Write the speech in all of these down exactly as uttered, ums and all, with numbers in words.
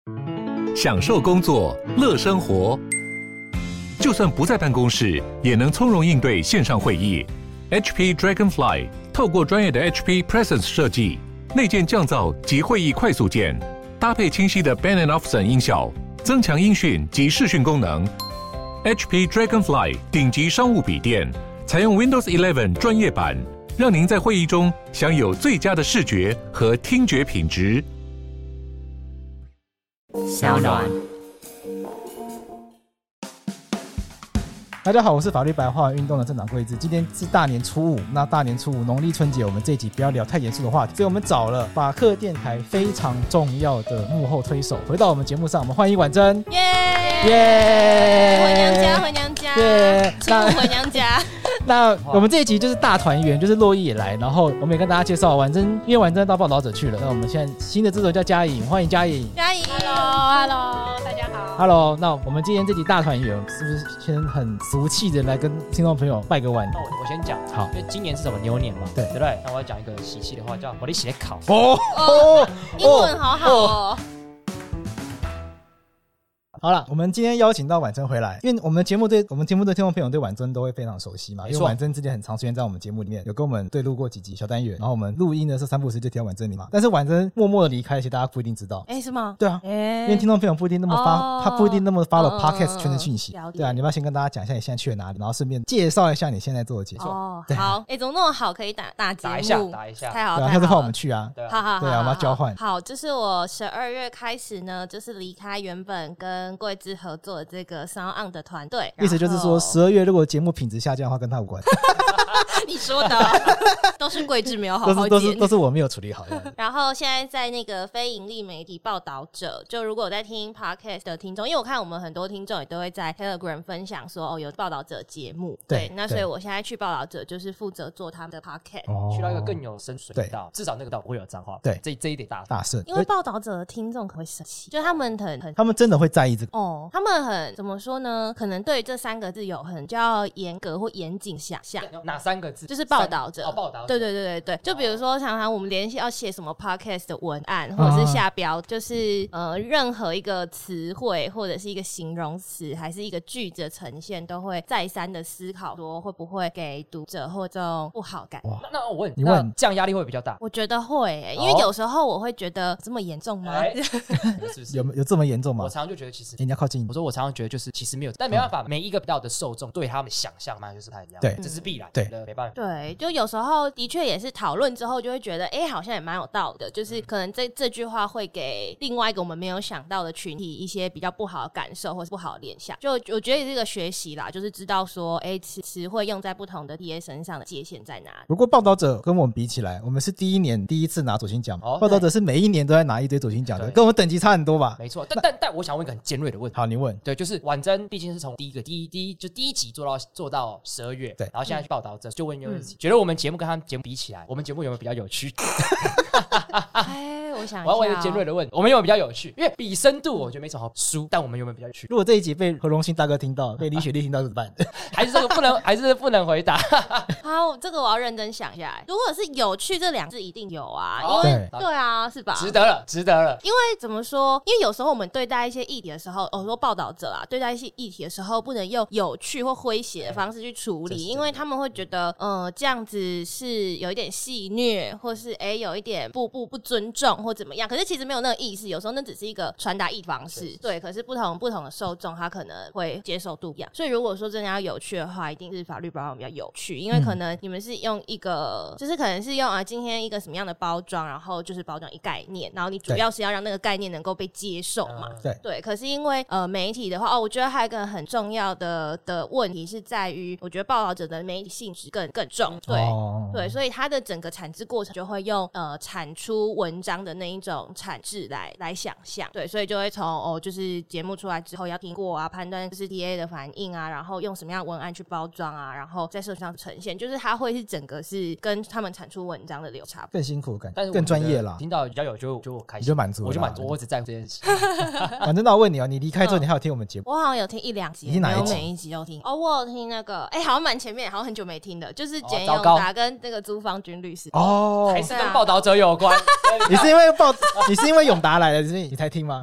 享受工作，乐生活。就算不在办公室，也能从容应对线上会议。H P Dragonfly 透过专业的 H P Presence 设计，内建降噪及会议快速键，搭配清晰的 Bang and Olufsen 音效，增强音讯及视讯功能。H P Dragonfly 顶级商务笔电，采用 Windows 十一专业版，让您在会议中享有最佳的视觉和听觉品质。 小暖。 大家好，我是法律白话运动的镇长桂智。今天是大年初五，那大年初五农历春节，我们这一集不要聊太严肃的话题，所以我们找了法客电台非常重要的幕后推手回到我们节目上，我们欢迎婉珍。 耶耶！ 回娘家，回娘家， 耶！ 初五回娘家。 那我们这一集就是大团圆，就是洛伊也来，然后我们也跟大家介绍婉珍，因为婉珍到报道者去了，那我们现在新的制作叫嘉颖，欢迎嘉颖。 嘉颖 ，Hello，Hello， 大家好。 Hello， 那我们今天这集大团圆，是不是先很俗气的来跟听众朋友拜个晚？ 那我我先讲， 好， 因为今年是什么牛年嘛， 对对不对？那我要讲一个喜气的话，叫我的写考。 哦哦，英文好好哦。 好了，我们今天邀请到婉珍回来，因为我们节目对我们节目的听众朋友对婉珍都会非常熟悉嘛，因为婉珍之前很长时间在我们节目里面有跟我们对录过几集小单元，然后我们录音的时候三不五时就提到婉珍你嘛，但是婉珍默默的离开，其实大家不一定知道。 哎，是吗？ 对啊，因为听众朋友不一定那么发， 哦、 他不一定那么发了 podcast 圈的讯息。 嗯、 对啊，你要不要先跟大家讲一下你现在去了哪里，然后顺便介绍一下你现在做的节目？ 哦，好，哎，怎么那么好，可以打打节目， 打一下，打一下， 太好了， 对啊，下次换我们去啊。 对啊，好好好， 对啊，我们要交换。 好，就是我十二月开始呢，就是离开原本跟桂智合作的这个 Sound On 的团队， 意思就是说十二月如果节目品质下降的话，跟他无关。 你说的都是桂智没有好好剪， 都是都是都是我没有处理好的。 然后现在在那个非盈利媒体报道者，就如果在听 podcast 的听众，因为我看我们很多听众也都会在 Telegram 分享说哦有报道者节目， 对, 对，那所以我现在去报道者就是负责做他们的 podcast，、 哦、 去到一个更有深水的道，至少那个道不会有脏话， 对， 这这一点大大胜。 因为报道者的听众可能会生气，就他们很很， 他们真的会在意这个哦，他们很怎么说呢？可能对这三个字有很较严格或严谨想象。 哪三个字？ 就是报道者。 哦，报道者。 对对对对对，就比如说常常我们联系要写什么 podcast 的文案，或者是下标，啊、就是呃任何一个词汇或者是一个形容词，还是一个句子的呈现，都会再三的思考说会不会给读者或这种不好感。 那那我问你问， 这样压力会比较大？ 我觉得会、欸，因为有时候我会觉得这么严重吗？ 欸、是不是有有这么严重吗？ 我常常就觉得其实、 欸、你要靠近。 我说我常常觉得就是其实没有，但没办法，嗯、每一个频道的受众对他们想象嘛就是不太一样， 对， 这是必然， 对， 没办法。 对，就有时候的确也是讨论之后就会觉得，哎，好像也蛮有道理的，就是可能这这句话会给另外一个我们没有想到的群体一些比较不好的感受或是不好的联想。就我觉得也是一个学习啦，就是知道说，哎，词词汇用在不同的 T A 身上的界限在哪里。 不过报道者跟我们比起来，我们是第一年第一次拿左青奖， 哦、 报道者是每一年都在拿一堆左青奖的，跟我们等级差很多吧？ 没错，但但但我想问一个很尖锐的问题。 好，你问。 对，就是婉珍毕竟是从第一个第一第一就第一集做到做到十二月， 对， 然后现在去报道者，就问一个问题，觉得我们节目跟他们节目比起来，我们节目有没有比较有趣？ 哎，我想一下、哦， 我要问一个尖锐的问题，我们有没有比较有趣？因为比深度，我觉得没什么好输，但我们有没有比较有趣？ 如果这一集被何荣幸大哥听到，被李雪莉听到怎么办？ 还是这个不能，还是不能回答？ 好，这个我要认真想一下。如果是有趣这两字一定有啊， 哦、 因为 对, 对啊，是吧？ 值得了，值得了。 因为怎么说？因为有时候我们对待一些议题的时候，我、哦、说报道者啊，对待一些议题的时候，不能用有趣或诙谐的方式去处理，因为他们会觉得，呃，这样子是有一点戏谑，或是哎有一点不不不尊重或怎么样。可是其实没有那个意思，有时候那只是一个传达意方式。对，可是不同不同的受众，他可能会接受度不一样。所以如果说真的要有趣的话，一定是法律包装比较有趣，因为可能你们是用一个，嗯、就是可能是用啊今天一个什么样的包装，然后就是包装一概念，然后你主要是要让那个概念能够被接受嘛。 对对。可是因为呃媒体的话，哦，我觉得还有一个很重要的的问题是在于，我觉得报道者的媒体性质更更重。对、哦、对，所以它的整个产制过程就会用呃产出文章的那一种产制来来想象。对，所以就会从哦就是节目出来之后要听过啊，判断就是 T A 的反应啊，然后用什么样的文案去包装啊，然后在社群上呈现，就是它会是整个是跟他们产出文章的流差更辛苦感， 但是更专业啦。 听到比较有就就我开心， 你就满足了， 我就满足，我只在乎这件事。 反正那我问你哦，你离开之后你还有听我们节目？ 我好像有听一两集， 你听哪一集？ 没有每一集都听。哦，我有听那个，哎，好像蛮前面，好像很久没听的，就是简永达跟那个朱芳君律师。 哦， 还是跟报道者有关。 你是因为报，你是因为永达来了，所以你才听吗？ 哎。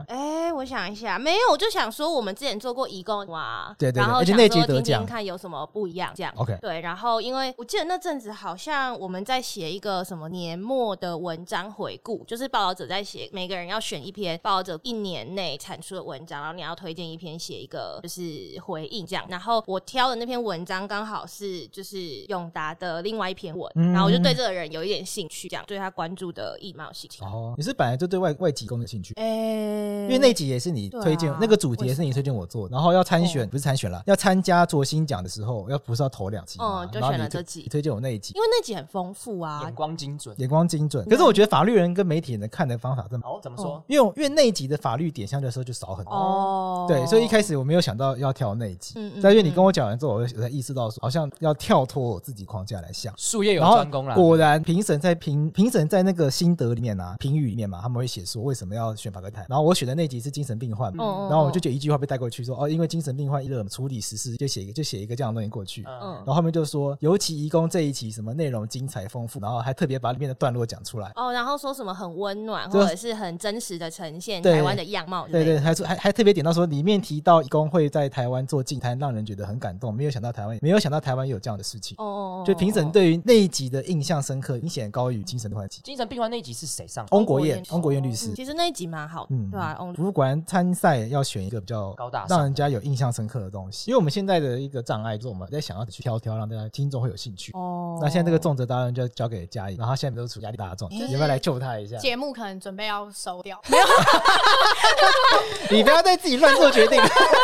哎，我想一下，没有，我就想说我们之前做过义工嘛， 对对对， 然后而且那集想说听得奖听看有什么不一样，这样 OK 对。然后因为我记得那阵子好像我们在写一个什么年末的文章回顾，就是报道者在写，每个人要选一篇报道者一年内产出的文章，然后你要推荐一篇写一个就是回应这样。然后我挑的那篇文章刚好是就是永达的另外一篇文， 嗯、 然后我就对这个人有一点兴趣，这样对他关注的议蛮有兴趣。 哦，你是本来就对外外籍工的兴趣？ 哎、欸， 因为那集也是你推荐、啊，那个主题也是你推荐我做，然后要参选、哦、不是参选啦，要参加卓星奖的时候，要不是要投两集嘛， 嗯，就选了这集， 你推荐我那一集， 因为那集很丰富啊， 眼光精准， 眼光精准。可是我觉得法律人跟媒体人看的方法真的哦，怎么说？ 哦、因为因为那一集的法律点相对来说就少很多哦，对，所以一开始我没有想到要跳那一集，嗯嗯嗯，但因为你跟我讲完之后，我才意识到说好像要跳脱我自己框架来想， 术业有专攻啦。 果然评审在评评审在那个心得里面啊，评语里面嘛，他们会写说为什么要选法官台，然后我选的那集是精神病患嘛，嗯、然后我就觉得一句话被带过去说哦，因为精神病患热处理时事，就写一个就写一个这样的东西过去，嗯，然后后面就说尤其移工这一期什么内容精彩丰富，然后还特别把里面的段落讲出来哦，然后说什么很温暖或者是很真实的呈现台湾的样貌， 对 对, 对，还说还还特别点到说里面提到移工会在台湾做净滩，让人觉得很感动，没有想到台湾没有想到台湾有这样的事情哦哦哦，就评审对于那一集的印象深刻，明显高于精神病患集。 精神病患那一集是谁上？ 翁国燕，翁国燕律师、 嗯。其实那一集蛮好的，嗯、对吧、啊？ 不果然参赛要选一个比较高大让人家有印象深刻的东西，因为我们现在的一个障碍就是我们在想要去挑挑，让大家听众会有兴趣。哦，那现在这个重责当然就要交给嘉义，然后他现在都是处压力大的状态，你要不要来救他一下？ 节目可能准备要收掉，没有， 你不要再自己乱做决定。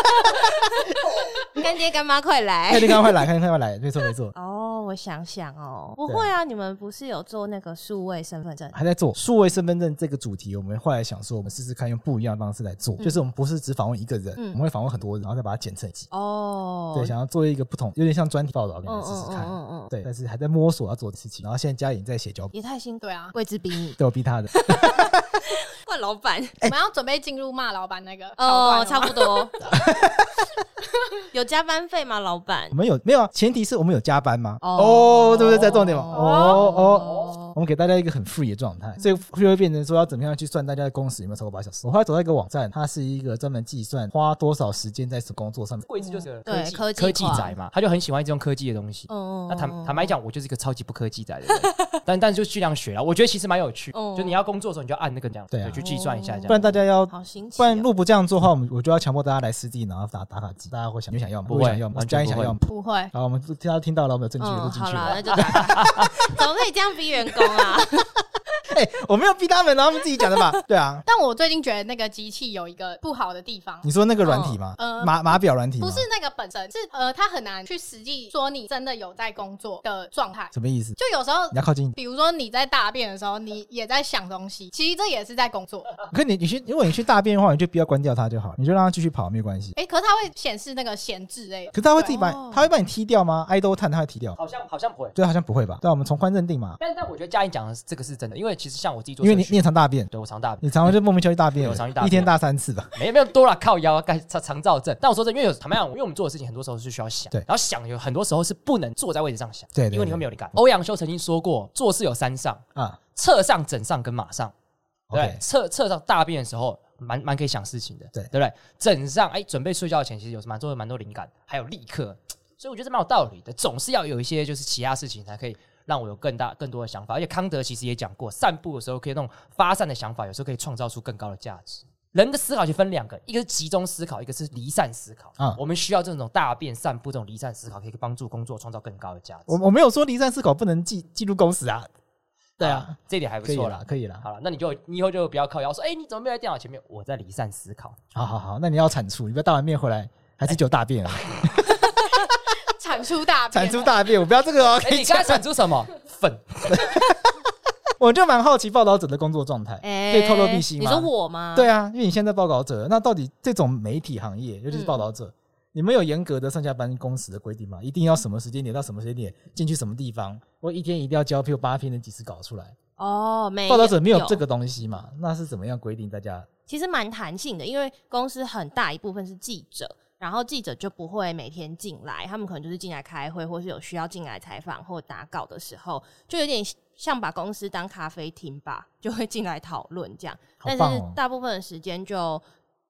干爹干妈快来！ 干爹干妈快来，干爹快来，没错没错。 哦，我想想哦，不会啊，你们不是有做那个数位身份证？ 还在做数位身份证这个主题，我们后来想说，我们试试看用不一样的方式来做，嗯、就是我们不是只访问一个人、嗯，我们会访问很多人，然后再把它剪成一集。哦，对，想要做一个不同，有点像专题报道，给你们试试看。嗯嗯嗯嗯。对，但是还在摸索要做的事情，然后现在嘉颖在写脚本， 也太辛苦啊，位置逼你， 对我逼他的。 换老板， 我们要准备进入骂老板那个哦，差不多。有加班费吗，老板？ 我们有没有、啊？前提是我们有加班吗？哦，哦对不对？在重点嘛。哦哦哦，我们给大家一个很 free 的状态，所以就会变成说要怎么样去算大家的工时有没有超过八小时。我后来走到一个网站，它是一个专门计算花多少时间在什么工作上面。 贵子就是科技科技科技仔嘛，他就很喜欢一种科技的东西。嗯那坦坦白讲，我就是一个超级不科技仔的人，但但就尽量学了。我觉得其实蛮有趣，就你要工作的时候，你就按那个这样，对啊，去计算一下这样。 不然大家要， 好新奇、 不然如果不这样做的话，我们我就要强迫大家来实地，然后打打卡机，大家会想就想要吗？ 不会想要吗？嘉义想要吗？ 不会。 好，我们听到听到了，我们有证据录进去了。 好了，那就打卡。怎么可以这样逼员工啊？ 哎、欸，我没有逼他们，然后他们自己讲的吧？对啊。 但我最近觉得那个机器有一个不好的地方。 你说那个软体吗？呃，码码表软体吗？ 不是那个本身，是呃，它很难去实际说你真的有在工作的状态。 什么意思？ 就有时候你要靠近， 比如说你在大便的时候，你也在想东西，其实这也是在工作。 可是你你去，如果你去大便的话，你就不要关掉它就好，你就让它继续跑，没有关系。 哎、欸，可是它会显示那个闲置类。 可是它会自己把，它会帮你踢掉吗 ？idle time 它会踢掉？ 好像好像不会， 对，好像不会吧？对，我们从宽认定嘛。 但但我觉得嘉颖讲的这个是真的，因为其实像我自己做， 因为你你也常大便， 对我常大便， 你常常就莫名其妙去大便， 我常去大便， 一天大三次吧？ 没有没有多啦，靠腰盖肠肠燥症。但我说这，因为有坦白讲，因为我们做的事情很多时候是需要想， 对， 然后想有很多时候是不能坐在位置上想， 对， 对， 对， 因为你会没有灵感。欧阳修曾经说过，做事有三上啊，侧上、枕上跟马上。对，侧侧上大便的时候，蛮蛮可以想事情的，对对不对？枕上，哎，准备睡觉前其实有蛮多蛮多灵感，还有立刻，所以我觉得蛮有道理的。总是要有一些就是其他事情才可以让我有更大更多的想法。而且康德其实也讲过，散步的时候可以那种发散的想法，有时候可以创造出更高的价值。人的思考就分两个，一个是集中思考，一个是离散思考。啊、我们需要这种大便散步这种离散思考，可以帮助工作创造更高的价值。 我我没有说离散思考不能记记录工时啊。对啊， 啊这点还不错啦， 可以啦。 好了，那你就你以后就不要靠腰说，哎、欸，你怎么没有在电脑前面？我在离散思考。 好好好，那你要产出，你不要大完面回来还是只有大便啊。 产出大便， 产出大便，我不要这个哦。 哎、欸，你刚才产出什么？粪。 我就蛮好奇报道者的工作状态、欸，可以透露秘辛吗？ 你说我吗？ 对啊，因为你现在报道者，那到底这种媒体行业，尤其是报道者，嗯、你们有严格的上下班工时的规定吗？一定要什么时间点到什么时间点进去什么地方？我一天一定要交，譬如八篇的几十稿出来。 哦，没报道者没有这个东西嘛？那是怎么样规定大家？ 其实蛮弹性的，因为公司很大一部分是记者。然后记者就不会每天进来，他们可能就是进来开会，或是有需要进来采访或打稿的时候，就有点像把公司当咖啡厅吧，就会进来讨论这样。 好棒哦、 但是大部分的时间就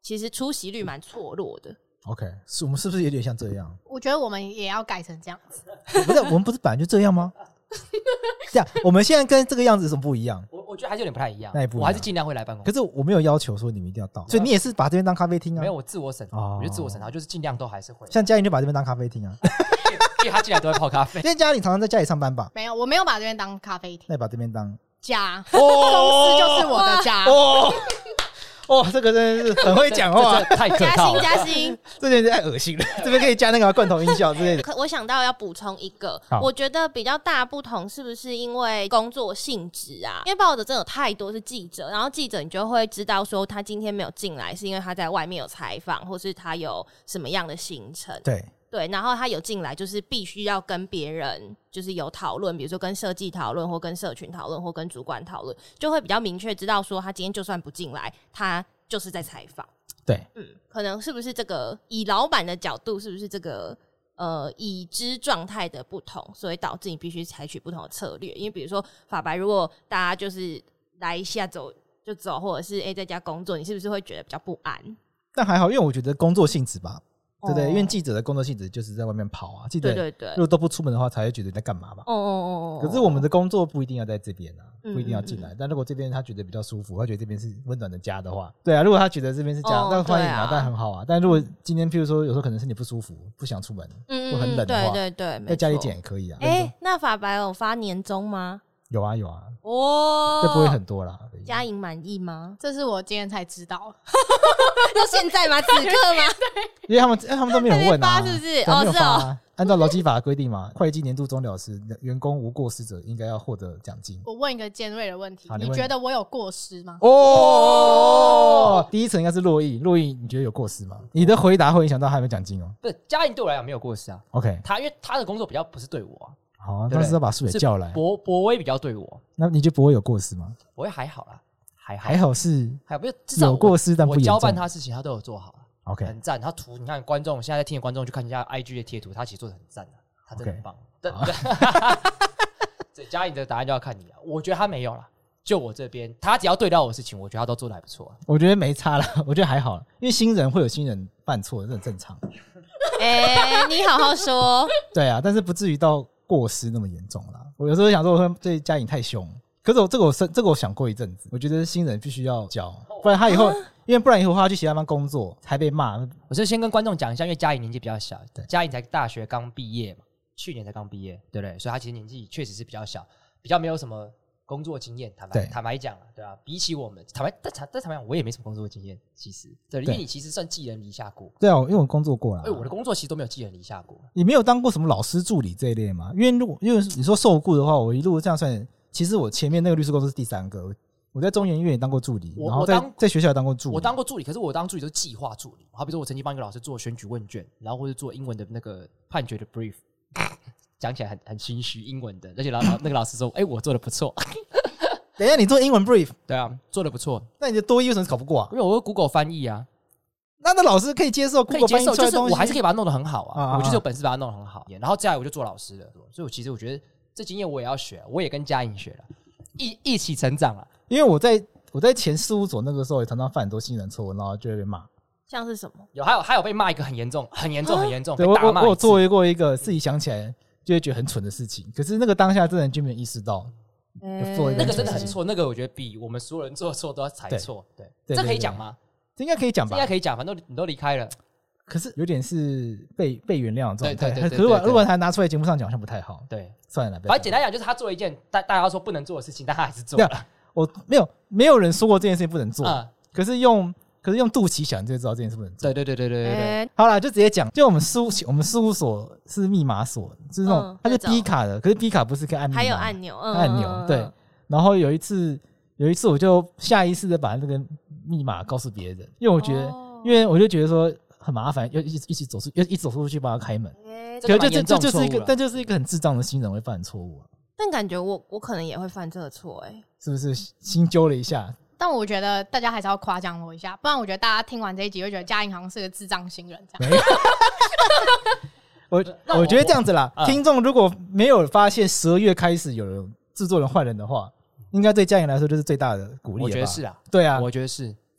其实出席率蛮错落的。 OK， 是我们是不是有点像这样？ 我觉得我们也要改成这样子。 不是，我们不是本来就这样吗？这样，我们现在跟这个样子有什么不一样？ 我我觉得还是有点不太一样。 那也不一样， 我还是尽量会来办公室。 可是我没有要求说你们一定要到，所以你也是把这边当咖啡厅啊？ 没有，我自我审查，哦、我觉得自我审查就是尽量都还是会。 像嘉玲就把这边当咖啡厅啊， 因为他进来都会泡咖啡。 因为嘉玲常常在家里上班吧？ 没有，我没有把这边当咖啡厅。 那你把这边当家，哦、公司就是我的家。 哦哦，这个真的是很会讲话， 太可靠了， 加薪加薪， 这件事太恶心了。这边可以加那个罐头音效之类的。 我想到要补充一个，我觉得比较大不同是不是因为工作性质啊？因为报纸真的有太多是记者，然后记者你就会知道说他今天没有进来是因为他在外面有采访，或是他有什么样的行程。 对。 对，然后他有进来，就是必须要跟别人就是有讨论，比如说跟设计讨论，或跟社群讨论，或跟主管讨论，就会比较明确知道说他今天就算不进来，他就是在采访。 对， 嗯，可能是不是这个以老板的角度，是不是这个呃已知状态的不同，所以导致你必须采取不同的策略？因为比如说法白，如果大家就是来一下走就走，或者是哎在家工作，你是不是会觉得比较不安？ 但还好，因为我觉得工作性质吧。对不对？因为记者的工作性质就是在外面跑啊，记者如果都不出门的话，才会觉得你在干嘛吧。哦哦哦。可是我们的工作不一定要在这边啊，不一定要进来。但如果这边他觉得比较舒服，他觉得这边是温暖的家的话，对啊。如果他觉得这边是家，那欢迎啊，当然很好啊。但如果今天譬如说有时候可能身体不舒服，不想出门，或很冷的话， 对对对， 在家里剪也可以啊。 哎，那法白有发年终吗？ 有啊有啊。 哇， 这不会很多啦。 嘉颖满意吗？ 这是我今天才知道。 就现在吗？此刻吗？ 对，因为他们他们都没有问啊， 是不是？ 哦，是哦。按照劳基法规定嘛，会计年度终了时，员工无过失者应该要获得奖金。 我问一个尖锐的问题，你觉得我有过失吗？ 哦，第一层应该是洛毅，洛毅，你觉得有过失吗？你的回答会影响到他有没有奖金哦。 不是，嘉颖对我来讲没有过失啊。OK， 他因为他的工作比较不是对我啊。 好啊，但是要把素也叫来。 博博威比较对我， 那你觉得博威有过失吗？ 博威还好啦。还好， 还好是， 还不是至少有过失，但不严重。 我交办他事情，他都有做好 ，OK， 很赞。他图，你看观众现在在听的观众去看一下 I G 的贴图，他其实做的很赞的，他真的很棒。对，所以嘉颖的答案就要看你了。我觉得他没有了，就我这边，他只要对到我的事情，我觉得他都做的还不错。 我觉得没差了，我觉得还好，因为新人会有新人犯错，这很正常。 哎、欸，你好好说。 对啊，但是不至于到过失那么严重啦。我有时候想说，我会对嘉颖太凶。可是我这个我这个我想过一阵子，我觉得新人必须要教，不然他以后，啊、因为不然以后他要去其他地方工作，还被骂。 我是先跟观众讲一下，因为嘉颖年纪比较小，嘉颖才大学刚毕业嘛，去年才刚毕业，对不对？所以他其实年纪确实是比较小，比较没有什么工作经验。坦白坦白讲，对啊，比起我们，坦白但坦但坦白讲，我也没什么工作经验，其实对，因为你其实算寄人篱下过。 对啊，因为我工作过了， 哎，我的工作其实都没有寄人篱下过。 你没有当过什么老师助理这一类吗？因为如果因为你说受雇的话，我一路这样算。其实我前面那个律师公司是第三个，我在中研院也当过助理，然后在在学校也当过助理。 我当过助理，可是我当助理都是计划助理。好比说，我曾经帮一个老师做选举问卷，然后或者做英文的那个判决的 brief， 讲起来很很心虚，英文的。而且老那个老师说：“哎、欸，我做的不错。” 等一下，你做英文 brief？ 对啊，做的不错。 那你的多益为什么考不过啊？ 因为我会 Google 翻译啊。 那那老师可以接受 Google 翻译出来的东西， 就是我还是可以把它弄得很好啊。啊啊啊我就是有本事把它弄得很好。然后接下来我就做老师了，所以我其实我觉得这经验我也要学，我也跟嘉颖学了。一一起成长了， 因为我在我在前事务所那个时候也常常犯很多新人错误，然后就会被骂。 像是什么？ 有，还有还有被骂一个很严重、很严重、很严重。 对，我我我有做过一个自己想起来就会觉得很蠢的事情，可是那个当下真的就没有意识到， 欸、 做一个那个真的很错，那个我觉得比我们所有人做错都要踩错。对，对，这可以讲吗？ 这应该可以讲吧？ 应该可以讲，反正你都离开了。 可是有点是被被原谅的状态，可是如果如果他拿出来节目上讲，好像不太好。 对， 算了， 反正简单讲就是他做了一件大大家说不能做的事情，但他还是做了。 我没有没有人说过这件事情不能做，嗯、可是用可是用肚脐想就知道这件事不能做。 对对对对对对对。欸、 好啦，就直接讲，就我们事务我们事务所是密码锁，就是那种、嗯、它是 B 卡的，可是 B 卡不是可以按密码， 还有按钮，嗯、 按钮对。然后有一次有一次我就下意识的把那个密码告诉别人，因为我觉得，哦、因为我就觉得说。很麻烦，要一起一起走出，要一起走出去帮他开门。 欸、 可就这这就是一个，但就是一个很智障的新人会犯的错误啊。 但感觉我我可能也会犯这个错，哎， 是不是心揪了一下？ 但我觉得大家还是要夸奖我一下，不然我觉得大家听完这一集会觉得嘉颖好像是个智障新人这样。 我我觉得这样子啦，嗯、听众如果没有发现十二月开始有人制作人换人的话，应该对嘉颖来说就是最大的鼓励了吧。 我觉得是啊， 对啊， 我觉得是。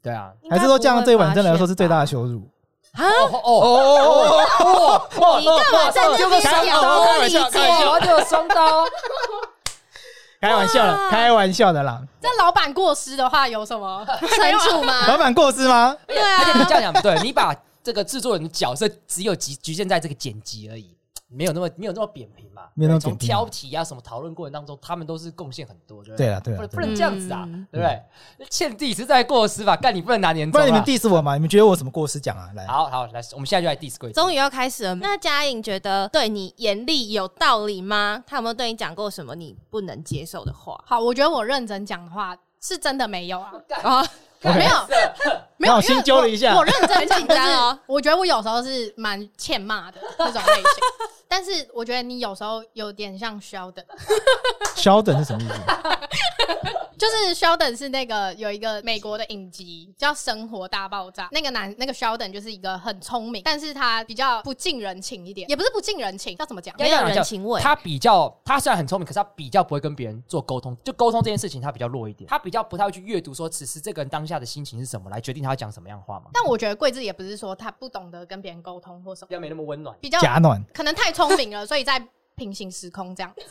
对啊， 还是说这样对婉珍来说是最大的羞辱？ 啊！哦哦哦哦！你干嘛在这边讲多理解？ 我就有双刀。 开玩笑的，开玩笑的啦。 这老板过失的话有什么惩处吗？ 老板过失吗？ 对啊， 而且你这样讲不对，你把这个制作人的角色只有局局限在这个剪辑而已，没有那么没有那么扁平嘛。 没有那么从挑题啊什么讨论过程当中，他们都是贡献很多，对不对？对啊，对啊， 不能这样子啊，对不对？欠地实在过失吧，干你不能拿年终， 不然你们 diss 我嘛？你们觉得我什么过失讲啊？来， 好好来，我们现在就来 diss 贵。 终于要开始了。那嘉颖觉得对你严厉有道理吗？他有没有对你讲过什么你不能接受的话？ 好，我觉得我认真讲的话是真的没有啊。 啊， 没有，没有， 我心揪了一下。 我认真讲，就是哦， 我觉得我有时候是蛮欠骂的那种类型，但是我觉得你有时候有点像 Sheldon。Sheldon 是什么意思？ 就是 Sheldon 是那个有一个美国的影集叫《生活大爆炸》，那个男那个 Sheldon 就是一个很聪明，但是他比较不近人情一点，也不是不近人情，要怎么讲？ 没有人情味。 他比较，他虽然很聪明，可是他比较不会跟别人做沟通，就沟通这件事情他比较弱一点，他比较不太会去阅读说此时这个人当下的心情是什么，来决定他要讲什么样的话嘛。 但我觉得桂枝也不是说他不懂得跟别人沟通或什么， 比较没那么温暖， 比较假暖， 可能太聪明了，所以在平行时空这样子。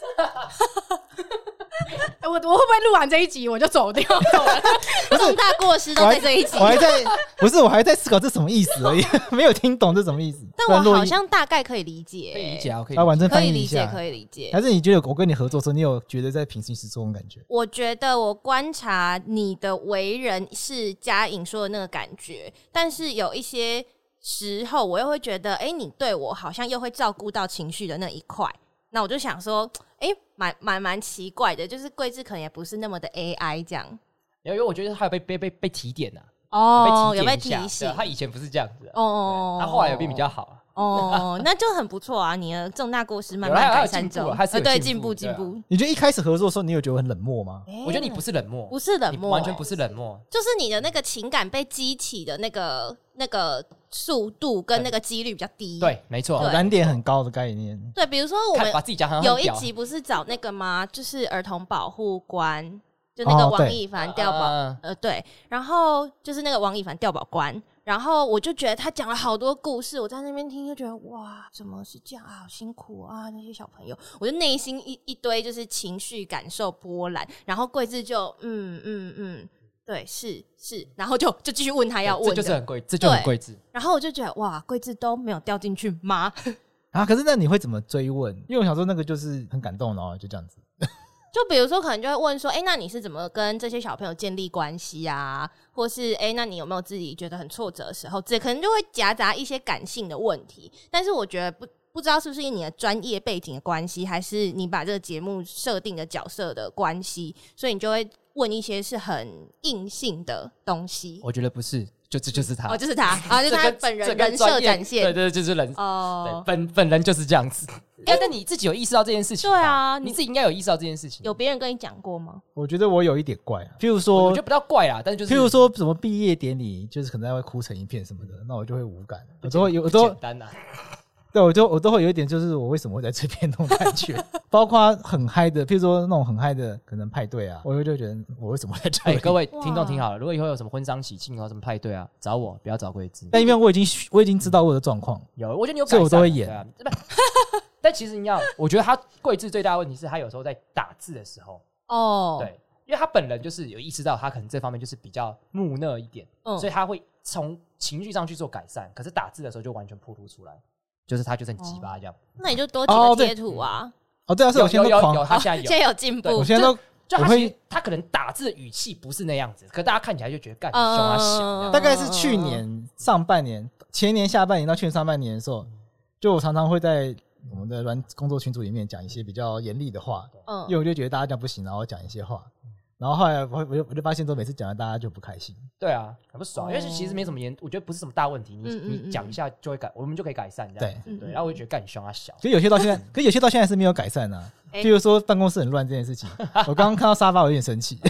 我我会不会录完这一集我就走掉了？ 重大过失都在这一集。 我还在不是我还在思考这什么意思而已，没有听懂这什么意思。 但我好像大概可以理解， 可以理解啊，可以啊，婉珍可以理解，可以理解。 还是你觉得我跟你合作的时候，你有觉得在平行时空的感觉？ 我觉得我观察你的为人是嘉颖说的那个感觉，但是有一些时候我又会觉得，哎、欸，你对我好像又会照顾到情绪的那一块。那我就想说，哎、欸，蛮蛮蛮奇怪的，就是桂枝可能也不是那么的 A I 这样。 因为我觉得他有被被被被提点啊， 哦， 有被提醒。 他以前不是这样子、啊， 哦， 他后来有变比较好、啊。 哦，那就很不错啊！你的重大过失慢慢改善中， 还是对进步进步。 你觉得一开始合作的时候，你有觉得很冷漠吗？ 我觉得你不是冷漠， 不是冷漠， 完全不是冷漠， 就是你的那个情感被激起的那个那个速度跟那个几率比较低。 对，没错， 燃点很高的概念。 对，比如说我们把自己讲很有一集不是找那个吗？就是儿童保护官，就那个王一凡调保，哦、呃，对，然后就是那个王一凡调保官。然后我就觉得他讲了好多故事，我在那边听就觉得哇，怎么是这样啊，好辛苦啊，那些小朋友，我就内心一一堆就是情绪感受波澜。然后桂枝就嗯嗯嗯，对，是是，然后就就继续问他要问的， 这就是很贵，这就很桂枝。 然后我就觉得哇，桂枝都没有掉进去吗？ 啊，可是那你会怎么追问？因为我想说那个就是很感动，然后就这样子。 就比如说可能就会问说，哎、欸，那你是怎么跟这些小朋友建立关系啊？或是哎、欸，那你有没有自己觉得很挫折的时候？这可能就会夹杂一些感性的问题。但是我觉得不不知道是不是因为你的专业背景的关系，还是你把这个节目设定的角色的关系，所以你就会问一些是很硬性的东西。 我觉得不是。就这就是他哦，就是他啊，就是他本人人设展现， 对对，就是人哦， 本本人就是这样子。哎，但你自己有意识到这件事情？ 对啊， 你自己应该有意识到这件事情。 有别人跟你讲过吗？ 我觉得我有一点怪啊，譬如说， 我觉得不叫怪啦，但是就是， 譬如说什么毕业典礼，就是可能会哭成一片什么的，那我就会无感，我都会有，我都简单啊。 对，我就我都会有一点，就是我为什么会在这边那种感觉，包括很嗨的，譬如说那种很嗨的，可能派对啊，我就觉得我为什么会在这里？ 哎，各位听众听好了，如果以后有什么婚丧喜庆啊，什么派对啊，找我，不要找桂枝。 但因为我已经我已经知道我的状况， 有，我觉得你有改善， 所以我都会演。 啊、但其实你要，我觉得他桂枝最大的问题是他有时候在打字的时候， 哦， 对，因为他本人就是有意识到他可能这方面就是比较木讷一点，嗯、所以他会从情绪上去做改善，可是打字的时候就完全暴露出来。就是他就是很鸡巴这样、哦， 那你就多几个贴图啊！ 哦，对啊，是我现在都狂， 有他现在有， 现在有进步。 我现在都， 就他其实他可能打字的语气不是那样子，可大家看起来就觉得干凶啊小。 大概是去年上半年、前年下半年到去年上半年的时候，就我常常会在我们的软工作群组里面讲一些比较严厉的话，嗯，因为我就觉得大家这样不行，然后讲一些话。然后后来我我就我就发现说，每次讲了大家就不开心。 对啊，很不爽，因为其实没什么严，我觉得不是什么大问题，你、嗯嗯、你讲一下就会改，我们就可以改善这样。对对，然后我就觉得干凶啊小。 可是有些到现在，可是有些到现在是没有改善啊。欸、譬如说办公室很乱这件事情，我刚刚看到沙发，我有点生气。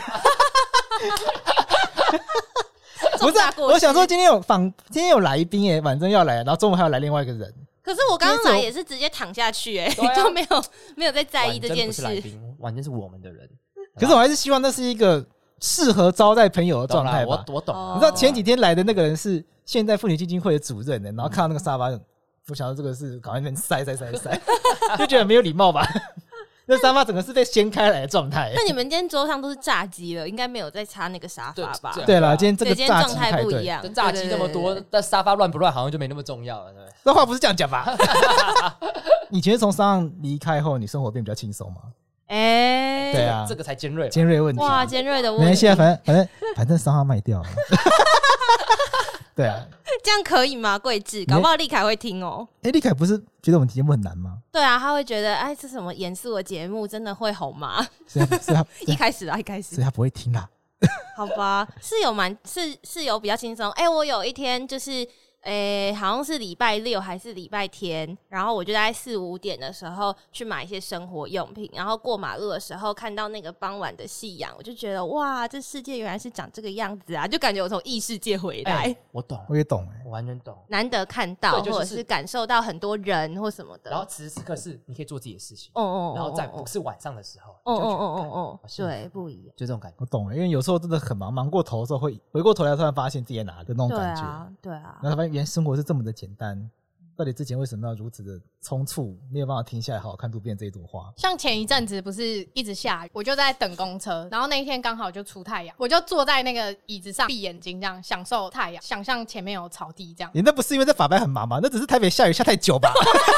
不是、啊，我想说今天有访，今天有来宾哎，反正要来，然后中午还要来另外一个人。 可是我刚刚来也是直接躺下去哎、欸，啊、就没有没有在在意这件事。 婉珍不是来宾，婉珍是我们的人。 可是我还是希望那是一个适合招待朋友的状态吧。 我我懂、啊， 你知道前几天来的那个人是现代妇女基金会的主任呢、欸，然后看到那个沙发，我想到这个是搞那边塞塞塞塞，就觉得没有礼貌吧。那沙发整个是被掀开来的状态。 那你们今天桌上都是炸鸡了，应该没有在擦那个沙发吧？ 对了，今天这个炸鸡状态不一样， 炸鸡那么多，但沙发乱不乱好像就没那么重要了。对， 这话不是这样讲吧？以前从商上离开后，你生活变比较轻松吗？ 哎、 欸，对啊， 这个才尖锐， 尖锐问题。 哇，尖锐的问题。 没关系啊，反正反正反正商号卖掉了。对啊， 这样可以吗？桂智，搞不好立凯会听哦。 哎、欸，立凯不是觉得我们节目很难吗？ 对啊，他会觉得，哎，这什么严肃的节目，真的会红吗？ 所以他，所以他一开始啊，一开始， 所以他不会听啊。 好吧，是有蛮是是有比较轻松。哎、欸，我有一天就是。诶、欸，好像是礼拜六还是礼拜天，然后我就在四五点的时候去买一些生活用品，然后过马路的时候看到那个傍晚的夕阳，我就觉得哇，这世界原来是长这个样子啊！就感觉我从异世界回来。 欸、我懂， 我也懂、欸， 我完全懂。 难得看到， 就是、 或者是感受到很多人或什么的。 然后此时此刻是你可以做自己的事情， 哦哦， 然后在不是晚上的时候， 哦哦哦哦哦，对，不一样， 就这种感觉。 我懂、欸，因为有时候真的很忙，忙过头的时候会回过头来，突然发现自己在哪的那种感觉。 对啊，对啊。 然后发现原来生活是这么的简单，到底之前为什么要如此的匆促，没有办法停下来好好看路边这一朵花？ 像前一阵子不是一直下雨，我就在等公车，然后那一天刚好就出太阳，我就坐在那个椅子上闭眼睛这样享受太阳，想象前面有草地这样。 你那不是因为在法白很忙吗？那只是台北下雨下太久吧？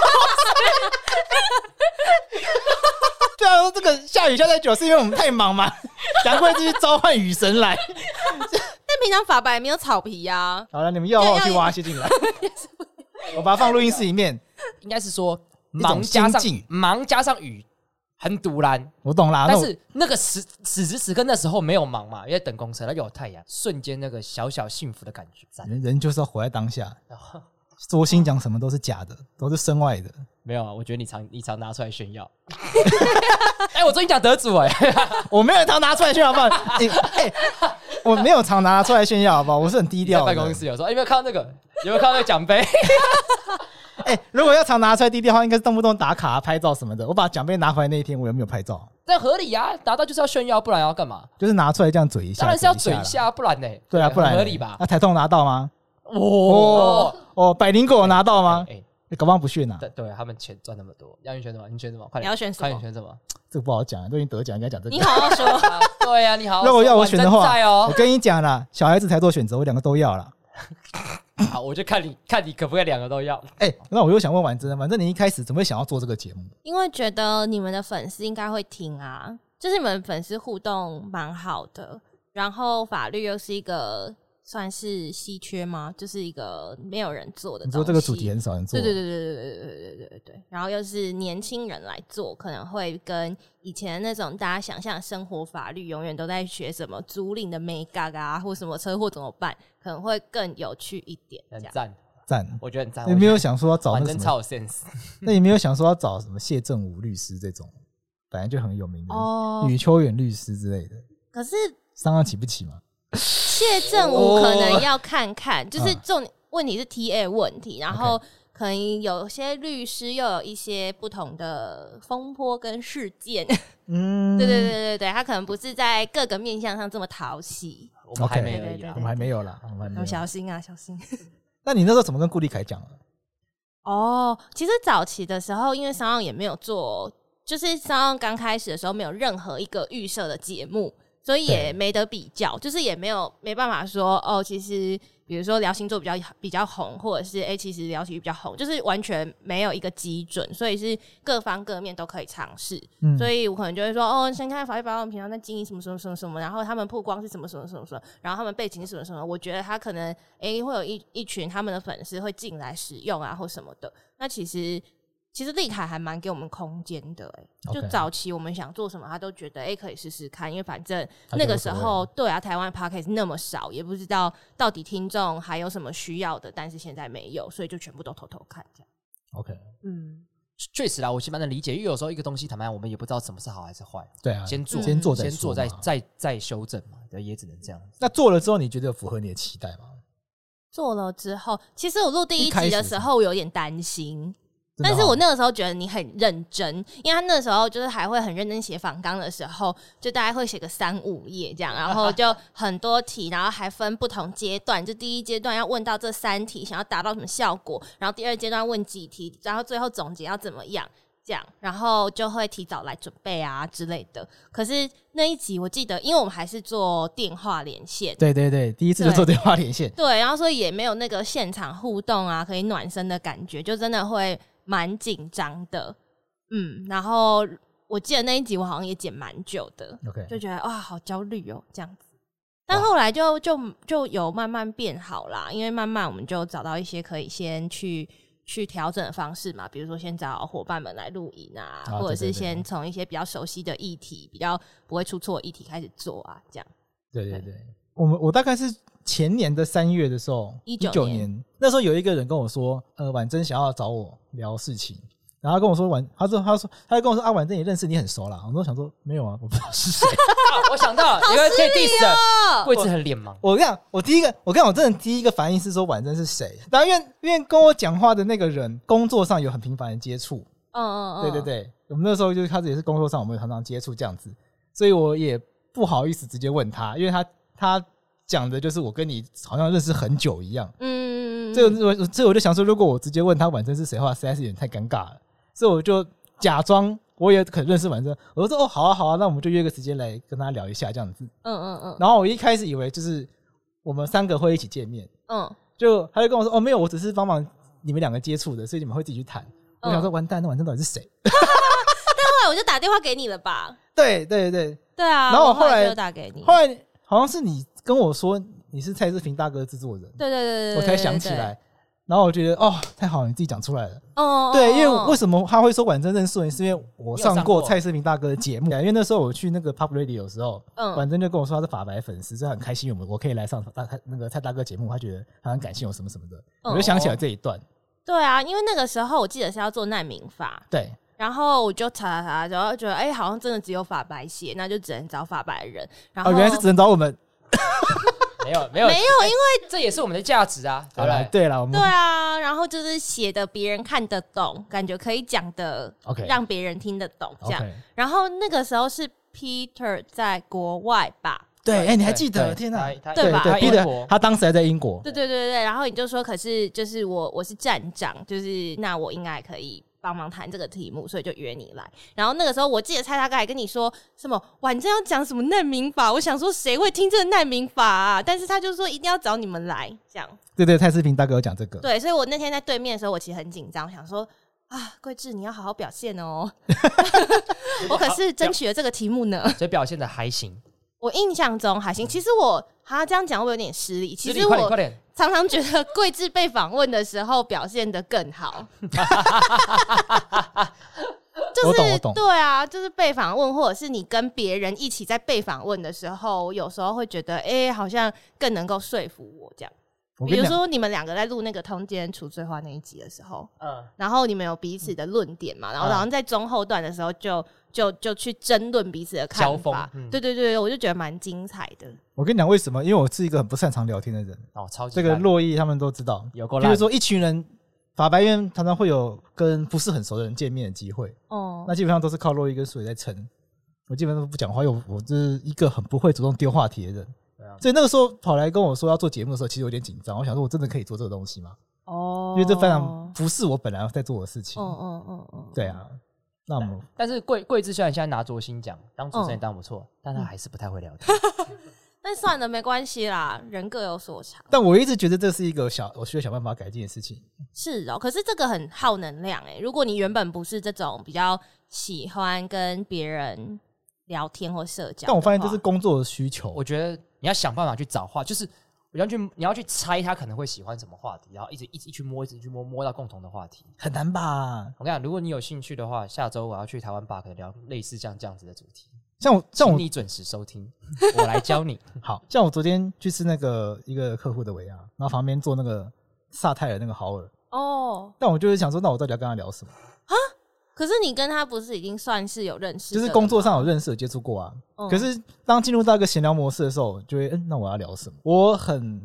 对啊，这个下雨下太久是因为我们太忙吗？赶快去召唤雨神来。 但平常法白没有草皮啊。 好了，你们要的话我去挖些进来。我把它放录音室里面。 应该是说忙加上忙加上雨，很突然。 我懂啦， 但是那个时此时此刻那时候没有忙嘛，因为等公车，那又有太阳，瞬间那个小小幸福的感觉。 人人就是要活在当下。说心讲什么都是假的，都是身外的。 没有啊，我觉得你常你常拿出来炫耀。哎、欸，我终于讲得主哎、欸， 我没有常拿出来炫耀，好不好？哎、欸欸，我没有常拿出来炫耀，好不好？我是很低调的。 在办公室有时候，欸、有没有看到那个？有没有看到那个奖杯？ 哎、欸，如果要常拿出来低调的话，应该是动不动打卡、啊、拍照什么的。我把奖杯拿回来那一天，我有没有拍照？ 这合理啊，拿到就是要炫耀，不然要干嘛？ 就是拿出来这样嘴一下， 当然是要嘴一下，不然呢、欸？ 对啊，不然合理吧？ 那、啊、台通拿到吗？ 哦哦哦，百灵果拿到吗？ 哎、欸欸，搞不好不炫啊！ 对对，他们钱赚那么多，要你选什么？你选什么？快点！ 你要选什么？ 快点选什么？ 这个不好讲，都已经得奖，应该讲这个。 你好好说。 啊对呀、啊，你好好说。 如果要我选的话， 哦、 我跟你讲啦，小孩子才做选择，我两个都要啦。 好，我就看你看你可不可以两个都要。 哎、欸，那我又想问婉珍，反正你一开始怎么会想要做这个节目？ 因为觉得你们的粉丝应该会听啊，就是你们粉丝互动蛮好的，然后法律又是一个算是稀缺吗？就是一个没有人做的东西。 你说这个主题很少人做， 对对对对对对对对对对对。然后又是年轻人来做，可能会跟以前那种大家想象的生活法律永远都在学什么租赁的美嘎啊，或什么车祸怎么办，可能会更有趣一点。 很赞赞， 我觉得很赞。 你没有想说要找那什么？ 反正超有 sense。 那你没有想说要找什么谢振武律师这种，本来就很有名的哦， 吕秋远律师之类的。 可是商量起不起吗？ 谢振武可能要看看，哦、就是这种问题是 T A 问题，然后可能有些律师又有一些不同的风波跟事件。嗯，对对对对对，他可能不是在各个面向上这么讨喜。 我们还没而已啦， 我们还没有啦，我们还没有。 小心啊，小心。 那你那时候怎么跟顾立凯讲了？ 哦，其实早期的时候，因为商岸也没有做，就是商岸刚开始的时候没有任何一个预设的节目。所以也没得比较，就是也没有没办法说哦，其实比如说聊星座比较比较红，或者是哎、欸，其实聊体育比较红，就是完全没有一个基准，所以是各方各面都可以尝试。嗯，所以我可能就会说哦，先看法律保险平常在经营什么什么什么什么，然后他们曝光是什么什么什么什么，然后他们背景是什么什么，我觉得他可能哎、欸、会有一一群他们的粉丝会进来使用啊或什么的，那其实。其实立凯还蛮给我们空间的、欸，哎，就早期我们想做什么，他都觉得哎、欸、可以试试看，因为反正那个时候对啊，台湾 Podcast 那么少，也不知道到底听众还有什么需要的，但是现在没有，所以就全部都偷偷看这样。 OK， 嗯， 确实啦，我其实蛮能理解，因为有时候一个东西坦白我们也不知道什么是好还是坏， 对啊， 先做先做先做再再再修正嘛，对，也只能这样。 那做了之后，你觉得有符合你的期待吗？ 做了之后，其实我录第一集的时候，我有点担心。 但是我那个时候觉得你很认真，因为他那时候就是还会很认真写访纲的时候，就大概会写个三五页这样，然后就很多题，然后还分不同阶段，就第一阶段要问到这三题，想要达到什么效果，然后第二阶段问几题，然后最后总结要怎么样这样，然后就会提早来准备啊之类的。可是那一集我记得，因为我们还是做电话连线， 对对对，第一次就做电话连线， 对，然后所以也没有那个现场互动啊，可以暖身的感觉，就真的会蛮紧张的，嗯，然后我记得那一集我好像也剪蛮久的 ，OK， 就觉得哇好焦虑哦这样子，但后来就就就有慢慢变好啦，因为慢慢我们就找到一些可以先去去调整的方式嘛，比如说先找伙伴们来录影啊，啊或者是先从一些比较熟悉的议题、比较不会出错的议题开始做啊，这样。 对对对，我们我大概是前年的三月的时候， 一九年那时候有一个人跟我说，呃，婉珍想要找我聊事情，然后他跟我说婉，他说他说他就跟我说啊，婉珍也认识你很熟啦，我都想说没有啊，我不知道是谁。 啊、我想到了，因为可以 diss 的，桂枝很脸盲。 我跟你讲，我第一个，我跟你讲，我真的第一个反应是说婉珍是谁，然后因为因为跟我讲话的那个人工作上有很频繁的接触， 嗯嗯嗯， 对对对，我们那时候就是他也是工作上我们有常常接触这样子，所以我也不好意思直接问他，因为他他讲的就是我跟你好像认识很久一样，嗯，所以我所以我就想说，如果我直接问他婉珍是谁的话，实在是有点太尴尬了，所以我就假装我也可能认识婉珍，我就说哦好啊好啊，那我们就约个时间来跟他聊一下这样子，嗯嗯嗯，然后我一开始以为就是我们三个会一起见面，嗯，就他就跟我说哦没有，我只是帮忙你们两个接触的，所以你们会自己去谈。我想说完蛋，那婉珍到底是谁？ 但后来我就打电话给你了吧？ 对对对对啊， 然后我后来就打给你， 后来好像是你跟我说你是蔡志平大哥的制作人， 对对对对， 我才想起来。然后我觉得哦，太好了，你自己讲出来了。 哦， 对，因为为什么他会说婉珍认识你，是因为我上过蔡志平大哥的节目，因为那时候我去那个 Pop Radio 的时候，嗯，婉珍就跟我说他是法白粉丝，所以很开心我们我可以来上大那个蔡大哥节目，他觉得他很感谢我什么什么的，嗯、我就想起来这一段。 对啊，因为那个时候我记得是要做难民法， 对。 然后我就查查查，然后觉得哎、欸，好像真的只有法白写，那就只能找法白的人。然后、 哦、原来是只能找我们。 没有没有没有，因为这也是我们的价值啊，对不对？ 对了，我们对啊，然后就是写的别人看得懂，感觉可以讲的， OK， 让别人听得懂这样。 Okay. 然后那个时候是 Peter 在国外吧？ 对，哎、欸，你还记得？天哪， 对吧？ 对 ，Peter 他当时还在英国。 对对对对，然后你就说，可是就是我我是站长，就是那我应该可以帮忙谈这个题目，所以就约你来。然后那个时候我记得蔡大哥还跟你说什么晚上要讲什么难民法，我想说谁会听这个难民法啊？但是他就说一定要找你们来，这样。 对对，蔡世平大哥有讲这个。 对，所以我那天在对面的时候，我其实很紧张，想说啊，桂智你要好好表现哦，我可是争取了这个题目呢， 所以表现的还行。 我印象中还行，其实我哈这样讲会有点失礼。其实我常常觉得桂智被访问的时候表现得更好，就是对啊，就是被访问，或者是你跟别人一起在被访问的时候，我有时候会觉得，哎、欸，好像更能够说服我这样。比如说你们两个在录那个通奸除罪化那一集的时候，嗯，然后你们有彼此的论点嘛，然后好像在中后段的时候就就就去争论彼此的看法，嗯、对对对，我就觉得蛮精彩的。 我跟你讲为什么？因为我是一个很不擅长聊天的人哦，超级这个洛毅他们都知道， 有够烂。 比如说一群人法白院常常会有跟不是很熟的人见面的机会，哦，那基本上都是靠洛毅跟水在撑，我基本上都不讲话，因为我就是一个很不会主动丢话题的人。所以那个时候跑来跟我说要做节目的时候，其实有点紧张。我想说，我真的可以做这个东西吗？哦，因为这非常不是我本来在做的事情。嗯嗯嗯嗯，对啊。那我们但是桂桂智虽然现在拿卓星奖，当主持人当不错，嗯、但他还是不太会聊天。 但算了，没关系啦，人各有所长。 但我一直觉得这是一个小，我需要想办法改进的事情。 是哦，可是这个很耗能量哎、欸。如果你原本不是这种比较喜欢跟别人聊天或社交， 但我发现这是工作的需求。 我觉得你要想办法去找话，就是你要去你要去猜他可能会喜欢什么话题，然后一直一直去摸，一直去摸，摸到共同的话题， 很难吧？ 我跟你讲，如果你有兴趣的话，下周我要去台湾吧，可能聊类似这样这样子的主题。 像我像我， 请你准时收听，我来教你。 好像我昨天去吃那个一个客户的尾牙，然后旁边坐那个萨泰尔那个豪尔哦，但我就是想说，那我到底要跟他聊什么啊？ 可是你跟他不是已经算是有认识的， 就是工作上有认识有接触过啊、嗯。可是当进入到一个闲聊模式的时候，就会嗯，那我要聊什么？我很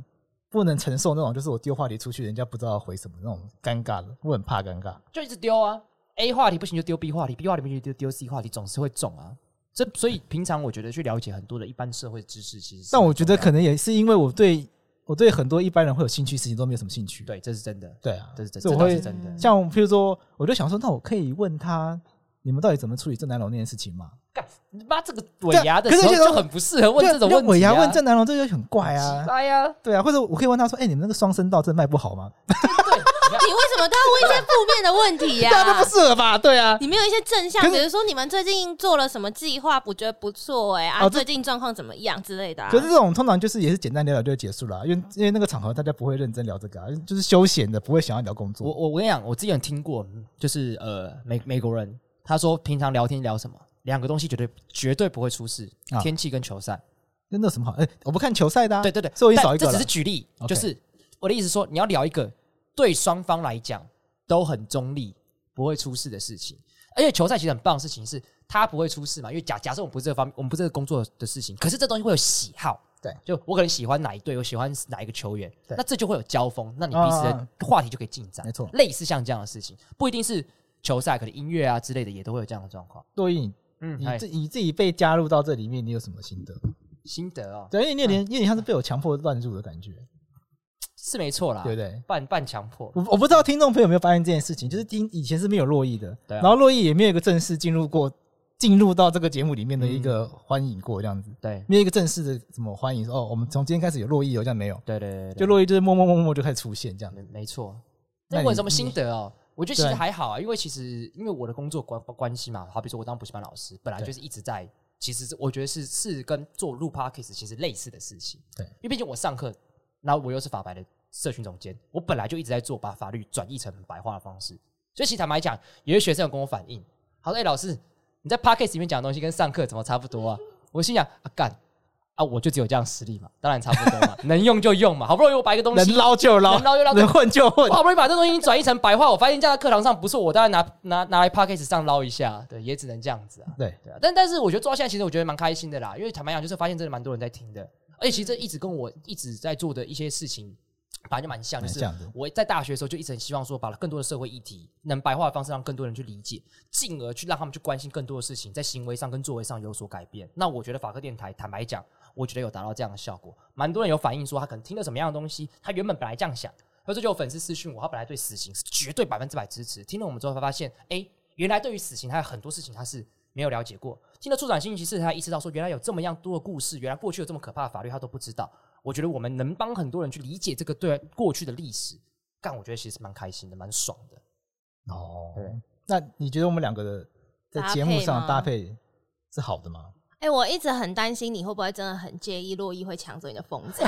不能承受那种，就是我丢话题出去，人家不知道回什么那种尴尬的，我很怕尴尬， 就一直丢啊。A 话题不行就丢 B 话题 ，B 话题不行就丢丢 C 话题，总是会中啊。这所以平常我觉得去了解很多的一般社会知识，其实但我觉得可能也是因为我对我对很多一般人会有兴趣事情都没有什么兴趣。 对，这是真的。 对啊， 这是真的，这是真的。 像譬如说，我就想说，那我可以问他，你们到底怎么处理郑南榕那件事情吗？ 干，你妈这个尾牙的时候就很不适合问这种问题、啊。 尾牙问郑南榕，这就很怪啊。 哎呀， 对啊，或者我可以问他说：“哎、欸，你们那个双声道这卖不好吗？” 对，你为什么都要问一些负面的问题呀、啊？ 对啊，这不适合吧？对啊， 你没有一些正向，比如说你们最近做了什么计划，我觉得不错哎、欸、啊，哦、最近状况怎么样之类的、啊。 可是这种通常就是也是简单聊聊就结束了、啊，因为因为那个场合大家不会认真聊这个、啊，就是休闲的，不会想要聊工作。 我我我跟你讲，我之前听过，就是呃美美国人他说平常聊天聊什么？两个东西绝对绝对不会出事，啊、天气跟球赛。 那有什么好？哎、欸，我不看球赛的、啊。 对对对， 所以我少一个。 这只是举例， okay. 就是我的意思说，你要聊一个对双方来讲都很中立、不会出事的事情。而且球赛其实很棒的事情是，它不会出事嘛，因为假假设我们不是这个方面，我们不是这个工作的事情，可是这东西会有喜好。 对， 就我可能喜欢哪一队，我喜欢哪一个球员，那这就会有交锋，那你彼此的话题就可以进展。 没错， 类似像这样的事情，不一定是球赛，可能音乐啊之类的也都会有这样的状况。 对应。嗯，你自你自己被加入到这里面，你有什么心得？ 心得啊、哦， 对，因为你有点、嗯、有点像是被我强迫乱入的感觉， 是没错啦， 对不对？ 半半强迫。 我我不知道听众朋友有没有发现这件事情，就是听以前是没有洛毅的， 对、啊， 然后洛毅也没有一个正式进入过进入到这个节目里面的一个欢迎过这样子， 对， 没有一个正式的什么欢迎说哦，我们从今天开始有洛毅，有这样没有？ 对对 对, 对， 就洛毅就是默默默默就开始出现这样， 没没错。那我有什么心得哦？我觉得其实还好啊，因为其实因为我的工作关关系嘛，好比说我当补习班老师，本来就是一直在，其实我觉得是是跟做录 podcast 其实类似的事情。 对， 因为毕竟我上课，然后我又是法白的社群总监，我本来就一直在做把法律转译成白话的方式，所以其实坦白讲，有些学生有跟我反映，他说：“哎、欸，老师，你在 podcast 里面讲的东西跟上课怎么差不多啊？”我心想啊，干。啊，我就只有这样实力嘛，当然差不多嘛，能用就用嘛。好不容易我把一个东西能捞就捞， 能捞就捞， 能混就混。 我好不容易把这东西转译成白话，我发现这样在课堂上不是我当然拿拿拿来 podcast 上捞一下，对，也只能这样子啊。 对对啊，但但是我觉得做到现在，其实我觉得蛮开心的啦，因为坦白讲，就是发现真的蛮多人在听的，而且其实这一直跟我一直在做的一些事情。反正就蛮像，就是我在大学的时候就一直很希望说，把更多的社会议题能白话的方式让更多人去理解，进而去让他们去关心更多的事情，在行为上跟作为上有所改变。那我觉得法科电台，坦白讲，我觉得有达到这样的效果。蛮多人有反映说，他可能听了什么样的东西，他原本本来这样想，或者就有粉丝私讯我，他本来对死刑是绝对百分之百支持，听了我们之后，他发现，哎，原来对于死刑还有很多事情他是没有了解过。听了助长心情，其实他意识到说，原来有这么样多的故事，原来过去有这么可怕的法律，他都不知道。我觉得我们能帮很多人去理解这个对过去的历史，干我觉得其实蛮开心的，蛮爽的。 哦，对，那你觉得我们两个的在节目上的搭配是好的吗？ 哎、欸，我一直很担心你会不会真的很介意洛毅会抢走你的风采。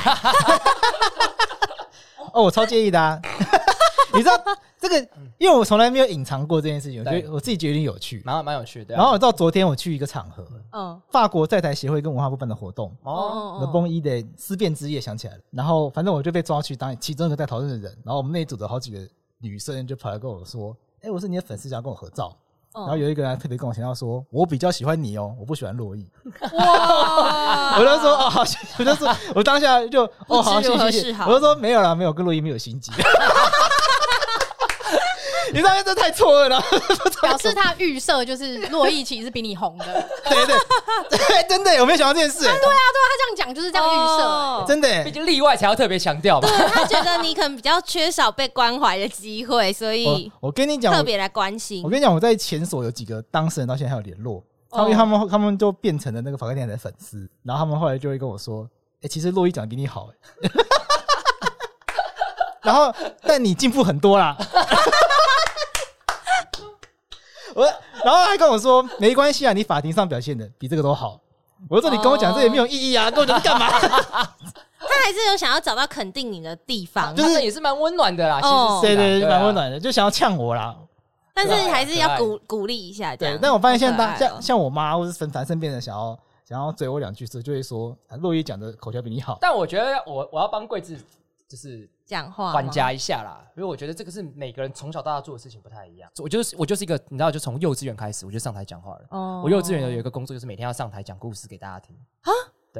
哦，我超介意的啊！你知道这个，因为我从来没有隐藏过这件事情，我觉得我自己觉得有点有趣， 蛮蛮有趣的。 然后到昨天我去一个场合， 嗯， 法国在台协会跟文化部办的活动， 哦 ，Le Bon Idée的思辨之夜想起来了，然后反正我就被抓去当其中一个在讨论的人，然后我们那一组的好几个女生就跑来跟我说：“哎、欸，我是你的粉丝，想要跟我合照。”然后有一个人特别跟我强调说：“我比较喜欢你哦，我不喜欢洛毅。”哇！我就说：“哦，好，我就说，我当下就哦，好，谢谢，谢谢。”我就说：“没有啦，没有，跟洛毅没有心机。”你知道这太错愕了， 表示他预设就是洛毅其实是比你红的。 对对对，真的，我没有想到这件事。 对啊，对啊，他这样讲就是这样预设、哦， 真的。 毕竟例外才要特别强调嘛。 对，他觉得你可能比较缺少被关怀的机会，所以我跟你讲， 特别来关心。 我跟你讲，我在前所有几个当事人到现在还有联络，因为他们他们都变成了那个法科电台的粉丝，然后他们后来就会跟我说：“哎、欸，其实洛毅讲比你好。”然后，但你进步很多啦。我，然后还跟我说没关系啊，你法庭上表现的比这个都好。我说你跟我讲这也没有意义啊，跟我讲是干嘛？ 他还是有想要找到肯定你的地方， 就是也是蛮温暖的啦。其实对对对，蛮温暖的，就想要呛我啦。 但是还是要鼓鼓励一下。 对，但我发现现在像像我妈或是身凡身边的想要想要嘴我两句，就会说洛毅讲的口条比你好。 但我觉得我我要帮贵志就是讲话缓夹一下啦，因为我觉得这个是每个人从小到大做的事情不太一样。我就是我就是一个你知道，就从幼稚园开始我就上台讲话了。哦，我幼稚园有一个工作就是每天要上台讲故事给大家听啊。对，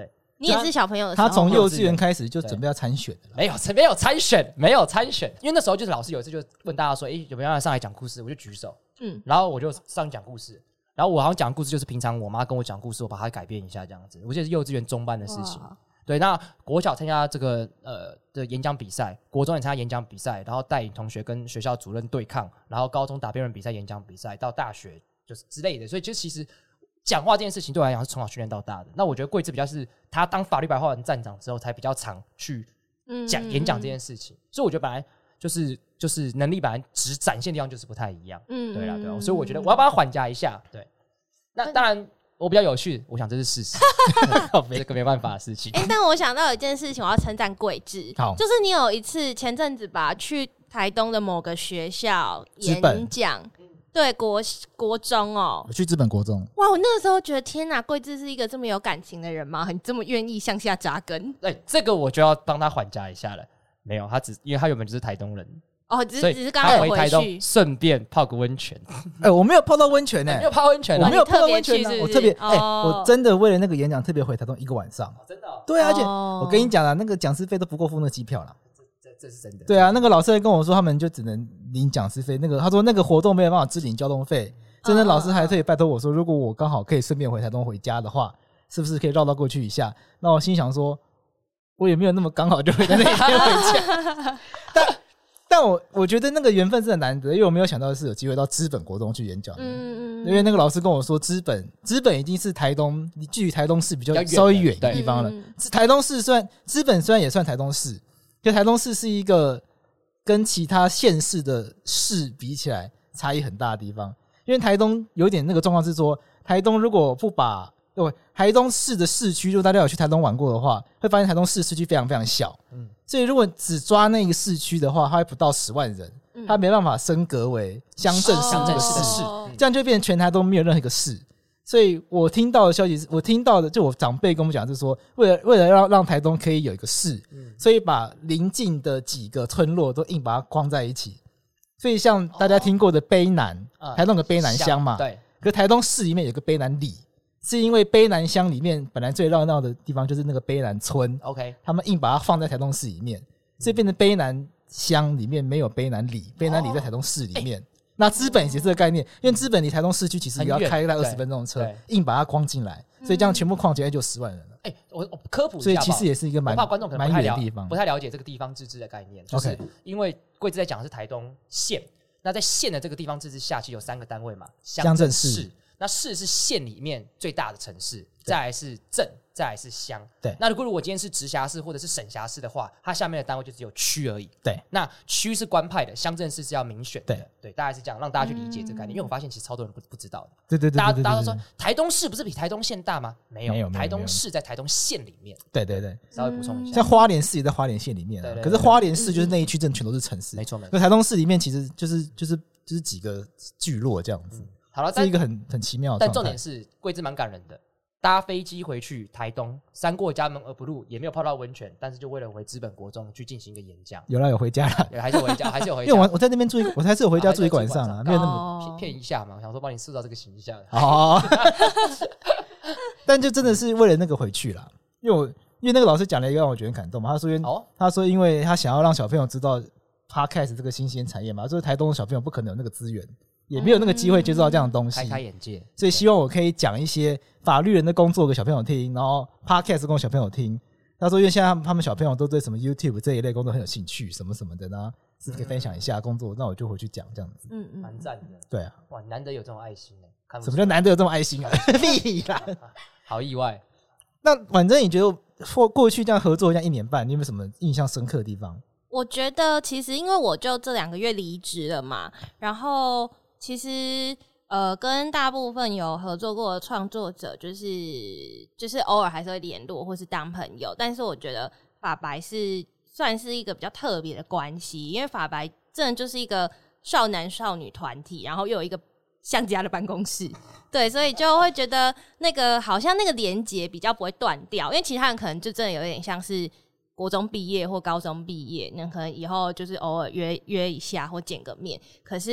你也是小朋友的时候， 他从幼稚园开始就准备要参选的， 没有没有参选，没有参选，因为那时候就是老师有一次就问大家说，哎、欸，有没有人上来讲故事？我就举手，嗯，然后我就上讲故事，然后我好像讲故事就是平常我妈跟我讲故事，我把它改变一下这样子，我记得是幼稚园中班的事情。对，那国小参加这个呃的演讲比赛，国中也参加演讲比赛，然后带领同学跟学校主任对抗，然后高中打辩论比赛、演讲比赛，到大学就是之类的，所以就其实讲话这件事情对我来讲是从小训练到大的。那我觉得贵智比较是他当法律白话文站长之后，才比较常去讲演讲这件事情，所以我觉得本来就是就是能力本来只展现的地方就是不太一样。嗯，对啦对啦，所以我觉得我要帮他缓夹一下。对，那当然。我比较有趣，我想这是事实，这个没办法的事情。 哎、欸，但我想到有一件事情，我要称赞贵智，就是你有一次前阵子吧，去台东的某个学校演讲，对国国中哦， 我去资本国中。 哇，我那个时候觉得天哪，贵智是一个这么有感情的人吗？很这么愿意向下扎根？ 对、欸，这个我就要帮他缓夹一下了。没有，他只因为他原本就是台东人。 哦，只是只是刚刚回台东，顺便泡个温泉。 哎、欸，我没有泡到温泉呢、欸， 没有泡温泉、啊， 我没有泡到温泉、啊， 是是我特别哎、欸哦， 我真的为了那个演讲特别回台东一个晚上。 哦、真的、哦？ 对啊，而且我跟你讲啊，那个讲师费都不够付那个机票啦。 这这这是真的。 对啊，那个老师还跟我说，他们就只能领讲师费。那个他说那个活动没有办法支领交通费，真的老师还特别拜托我说，如果我刚好可以顺便回台东回家的话，是不是可以绕道过去一下？那我心想说，我也没有那么刚好就会在那一天回家。但但我我觉得那个缘分是很难得，因为我没有想到是有机会到资本国中去演讲。嗯嗯，因为那个老师跟我说，资本资本已经是台东距离台东市比较稍微远的地方了。台东市虽然资本虽然也算台东市，可台东市是一个跟其他县市的市比起来差异很大的地方。因为台东有一点那个状况是说，台东如果不把对台东市的市区，如果大家有去台东玩过的话，会发现台东市市区非常非常小。嗯。所以如果只抓那个市区的话，它会不到十万人，嗯、它没办法升格为乡镇市这个市，哦、这样就变成全台都没有任何一个市。所以我听到的消息是，我听到的就我长辈跟我们讲是说，为了为了让让台东可以有一个市，嗯、所以把邻近的几个村落都硬把它框在一起。所以像大家听过的卑南，哦、台东有个卑南乡嘛，对，可是台东市里面有个卑南里。是因为卑南乡里面本来最热闹的地方就是那个卑南村 ，OK， 他们硬把它放在台东市里面，所以变成卑南乡里面没有卑南里，卑南里在台东市里面。哦欸、那资本也是这个概念，因为资本离台东市区其实也要开大概二十分钟的车，硬把它框进来，所以这样全部框起来就十万人了。 哎、欸，我我科普一下， 所以其实也是一个蛮怕观众可能不太了地方， 不太了解这个地方自治的概念，就是因为贵智在讲的是台东县，那在县的这个地方自治下，其实有三个单位嘛，乡镇市。那市是县里面最大的城市，再来是镇，再来是乡。对，那如果如果今天是直辖市或者是省辖市的话，它下面的单位就只有区而已。对，那区是官派的，乡镇市是要民选的。对，对，大概是这样，让大家去理解这个概念。嗯、因为我发现其实超多人不不知道的。对对 对, 对, 对, 对, 对, 对，大家大家都说台东市不是比台东县大吗？没有，没有台东市在台东县里面。对对对，稍微补充一下， 像花莲市也在花莲县里面、啊，对对对对，可是花莲市就是那一区镇全都是城市。没错没错，那台东市里面其实就是就是就是几个聚落这样子。嗯好了，是一个很很奇妙的， 但重点是贵智蛮感人的。搭飞机回去台东，三过家门而不入，也没有泡到温泉，但是就为了回资本国中去进行一个演讲。 有啦，有回家了， 还是有回家，还是有回家。 因为我我在那边住一，我还是有回家住一个晚上啊，没有那么骗骗一下嘛，想说帮你塑造这个形象。 哦，但就真的是为了那个回去啦，因为我因为那个老师讲了一个让我觉得很感动嘛，他说因为、哦、他说因为他想要让小朋友知道 Podcast 这个新鲜产业嘛，就是台东的小朋友不可能有那个资源。也没有那个机会接触到这样的东西， 开开眼界。 所以希望我可以讲一些法律人的工作给小朋友听，然后 podcast 给小朋友听。他说，因为现在他们小朋友都对什么 YouTube 这一类工作很有兴趣，什么什么的呢，是不是可以分享一下工作？那我就回去讲这样子。 嗯嗯，蛮赞的。 对啊， 哇，难得有这种爱心哎！ 什么叫难得有这种爱心啊？屁啦， 好意外。 那反正你觉得过过去这样合作这样一年半，你有没有什么印象深刻的地方？ 我觉得其实因为我就这两个月离职了嘛，然后。其实，呃，跟大部分有合作过的创作者，就是就是偶尔还是会联络或是当朋友。但是我觉得法白是算是一个比较特别的关系，因为法白真的就是一个少男少女团体，然后又有一个相加的办公室，对，所以就会觉得那个好像那个连结比较不会断掉，因为其他人可能就真的有点像是国中毕业或高中毕业，那可能以后就是偶尔约约一下或见个面，可是。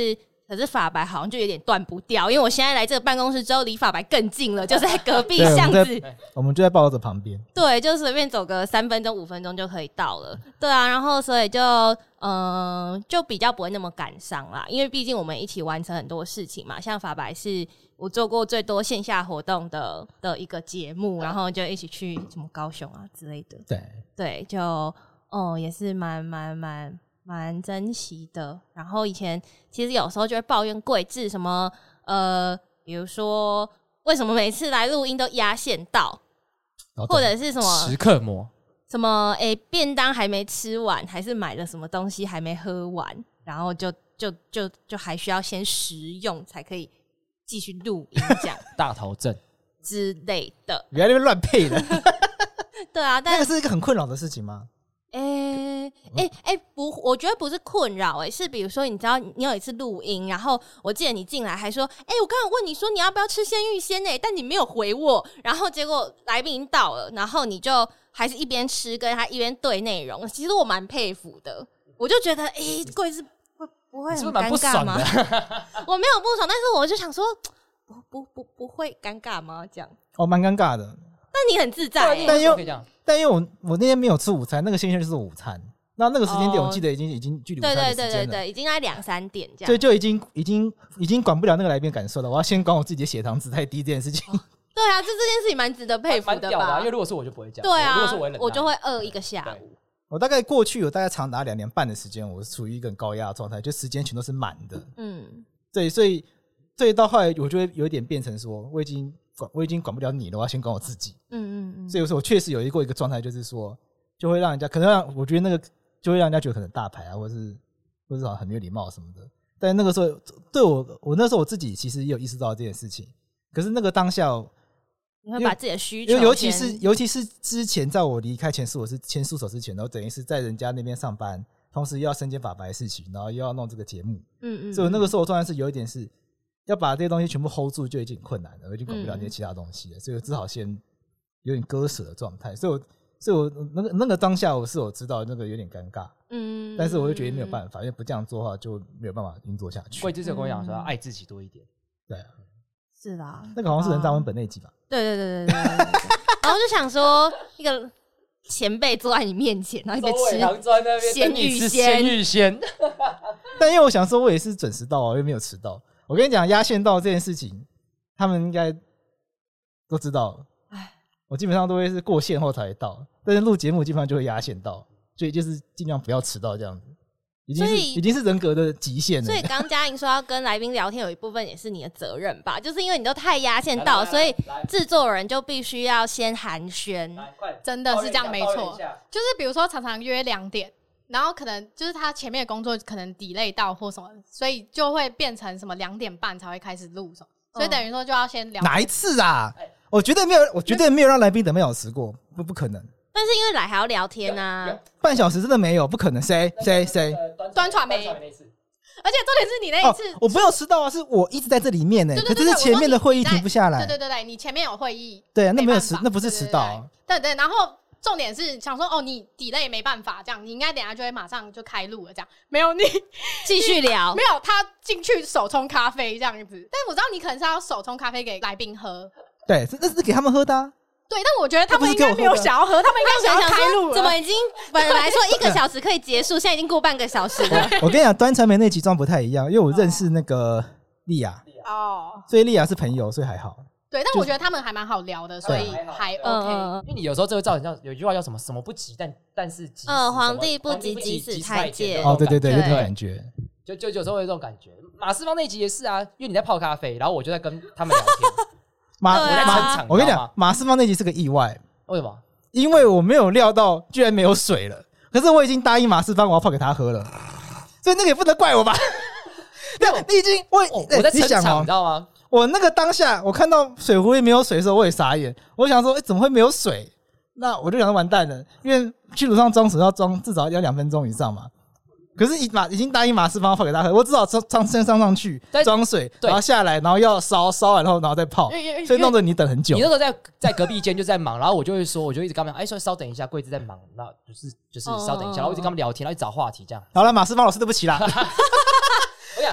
可是法白好像就有点断不掉，因为我现在来这个办公室之后，离法白更近了，就在隔壁巷子。 我们就在报纸旁边。 对，就随便走个三分钟、五分钟就可以到了。对啊，然后所以就嗯、呃，就比较不会那么感伤啦，因为毕竟我们一起完成很多事情嘛。像法白是我做过最多线下活动的的一个节目，然后就一起去什么高雄啊之类的。 对对，就哦、嗯，也是蛮蛮蛮。蛮珍惜的，然后以前其实有时候就会抱怨贵制什么，呃，比如说为什么每次来录音都压线到，哦、或者是什么时刻磨， 什么诶、欸、便当还没吃完，还是买了什么东西还没喝完，然后就就就就还需要先食用才可以继续录音这样大头症之类的， 原来那边乱配的， 对啊，但那个是一个很困扰的事情吗？ 诶诶诶，不，我觉得不是困扰，诶，是比如说，你知道，你有一次录音，然后我记得你进来还说，诶，我刚刚问你说你要不要吃鲜芋仙诶，但你没有回我，然后结果来宾已经到了，然后你就还是一边吃跟他一边对内容，其实我蛮佩服的，我就觉得，诶，贵是会不会很尴尬吗？我没有不爽，但是我就想说，不不不不会尴尬吗？这样哦，蛮尴尬的。 但你很自在、欸， 但因为但因为我我那天没有吃午餐，那个线线就是午餐。那那个时间点，我记得已经、哦、已经距离午餐的时间了， 对对对对对，已经在两三点这样， 所以就已经已经已经管不了那个来宾感受了。我要先管我自己的血糖值太低这件事情。哦、 对啊，这这件事情蛮值得佩服的吧？ 的啊、因为如果是我就不会这样。 对啊， 如果是我会， 我就会饿一个下午。 我大概过去有大概长达两年半的时间，我是处于一个很高压的状态，就时间全都是满的。嗯，对，所以所以到后来我就会有一点变成说，我已经。我已经管不了你了，我要先管我自己。嗯嗯嗯。所以有时候我确实有过一个状态，就是说，就会让人家可能让我觉得那个就会让人家觉得可能大牌啊，或者是或者是很没有礼貌什么的。但那个时候对我，我那时候我自己其实也有意识到这件事情。可是那个当下， 你会把自己的需求， 尤其是尤其是之前在我离开前是我是签书手之前，然后等于是在人家那边上班，同时又要身兼法白的事情，然后又要弄这个节目。嗯嗯。所以那个时候我状态是有一点是。要把这些东西全部 hold 住就已经很困难了，我已经管不了那些其他东西了，嗯、所以我只好先有点割舍的状态。所以我，所以我那个那个当下我是我知道那个有点尴尬，嗯，但是我就觉得没有办法，因为不这样做的话就没有办法运作下去。 贵之前跟我讲说要爱自己多一点， 对啊， 是啦， 那个好像是人大文本那集吧？ 对对对对对对对。然后就想说，一个前辈坐在你面前，然后一边吃鲜芋仙， 鲜芋仙。 但因为我想说，我也是准时到啊，又没有迟到。我跟你讲，压线到这件事情，他们应该都知道。我基本上都会是过线后才到，但是录节目基本上就会压线到，所以就是尽量不要迟到这样子。已经是已经是人格的极限了。 所以刚嘉颖说要跟来宾聊天，有一部分也是你的责任吧？就是因为你都太压线到，所以制作人就必须要先寒暄。 真的是这样，没错。就是比如说常常约两点。然后可能就是他前面的工作可能 delay 到或什么，所以就会变成什么两点半才会开始录什么，所以等于说就要先聊。 哪一次啊？我绝对没有，我绝对没有让来宾等半小时过，不不可能。 但是因为来还要聊天啊， 半小时真的没有，不可能。谁谁谁？ 端传媒。而且重点是你那一次， 哦、我没有迟到啊，是我一直在这里面呢、欸。可是前面的会议停不下来。 对对对对，你前面有会议。 对啊，那没有迟，那不是迟到、啊。 对 对, 对, 对，然后。重点是想说哦，你 delay 没办法，这样你应该等一下就会马上就开录了，这样没有你继续聊， 没有他进去手冲咖啡这样子，但我知道你可能是要手冲咖啡给来宾喝， 对，那是给他们喝的、啊。 对，但我觉得他们应该没有想要喝，他们应该想要开录了。 怎么已经本来说一个小时可以结束，现在已经过半个小时了。 我跟你讲，端传媒那集装不太一样，因为我认识那个莉亚哦，所以莉亚是朋友，所以还好。 对，但我觉得他们还蛮好聊的，所以还 OK。 嗯、 因为你有时候这个造成叫有一句话叫什么？什么不急，但但是急。 呃，皇帝不急，急死太监。 哦，对对对，有这种感觉。 就就有时候会有这种感觉。马世芳那集也是啊，因为你在泡咖啡，然后我就在跟他们聊天。 马， 我在撑场。 我跟你讲，马世芳那集是个意外。 为什么？ 因为我没有料到居然没有水了，可是我已经答应马世芳我要泡给他喝了，所以那个也不能怪我吧？你已经我我在撑场，你知道吗？ 我那个当下，我看到水壶里没有水的时候，我也傻眼。我想说，哎、欸，怎么会没有水？那我就想说完蛋了，因为去炉上装水要装至少要两分钟以上嘛。可是已马已经答应马世芳泡给他喝，我至少装先上上去装水，然后下来，然后要烧烧完，然后然后再泡，所以弄得你等很久。 你那时候在在隔壁间就在忙，然后我就会说，我就一直跟他们哎说稍等一下，柜子在忙，那就是就是稍等一下，然后我一直跟他们聊天，然后一直找话题这样。 好了，马世芳老师，对不起啦。 我想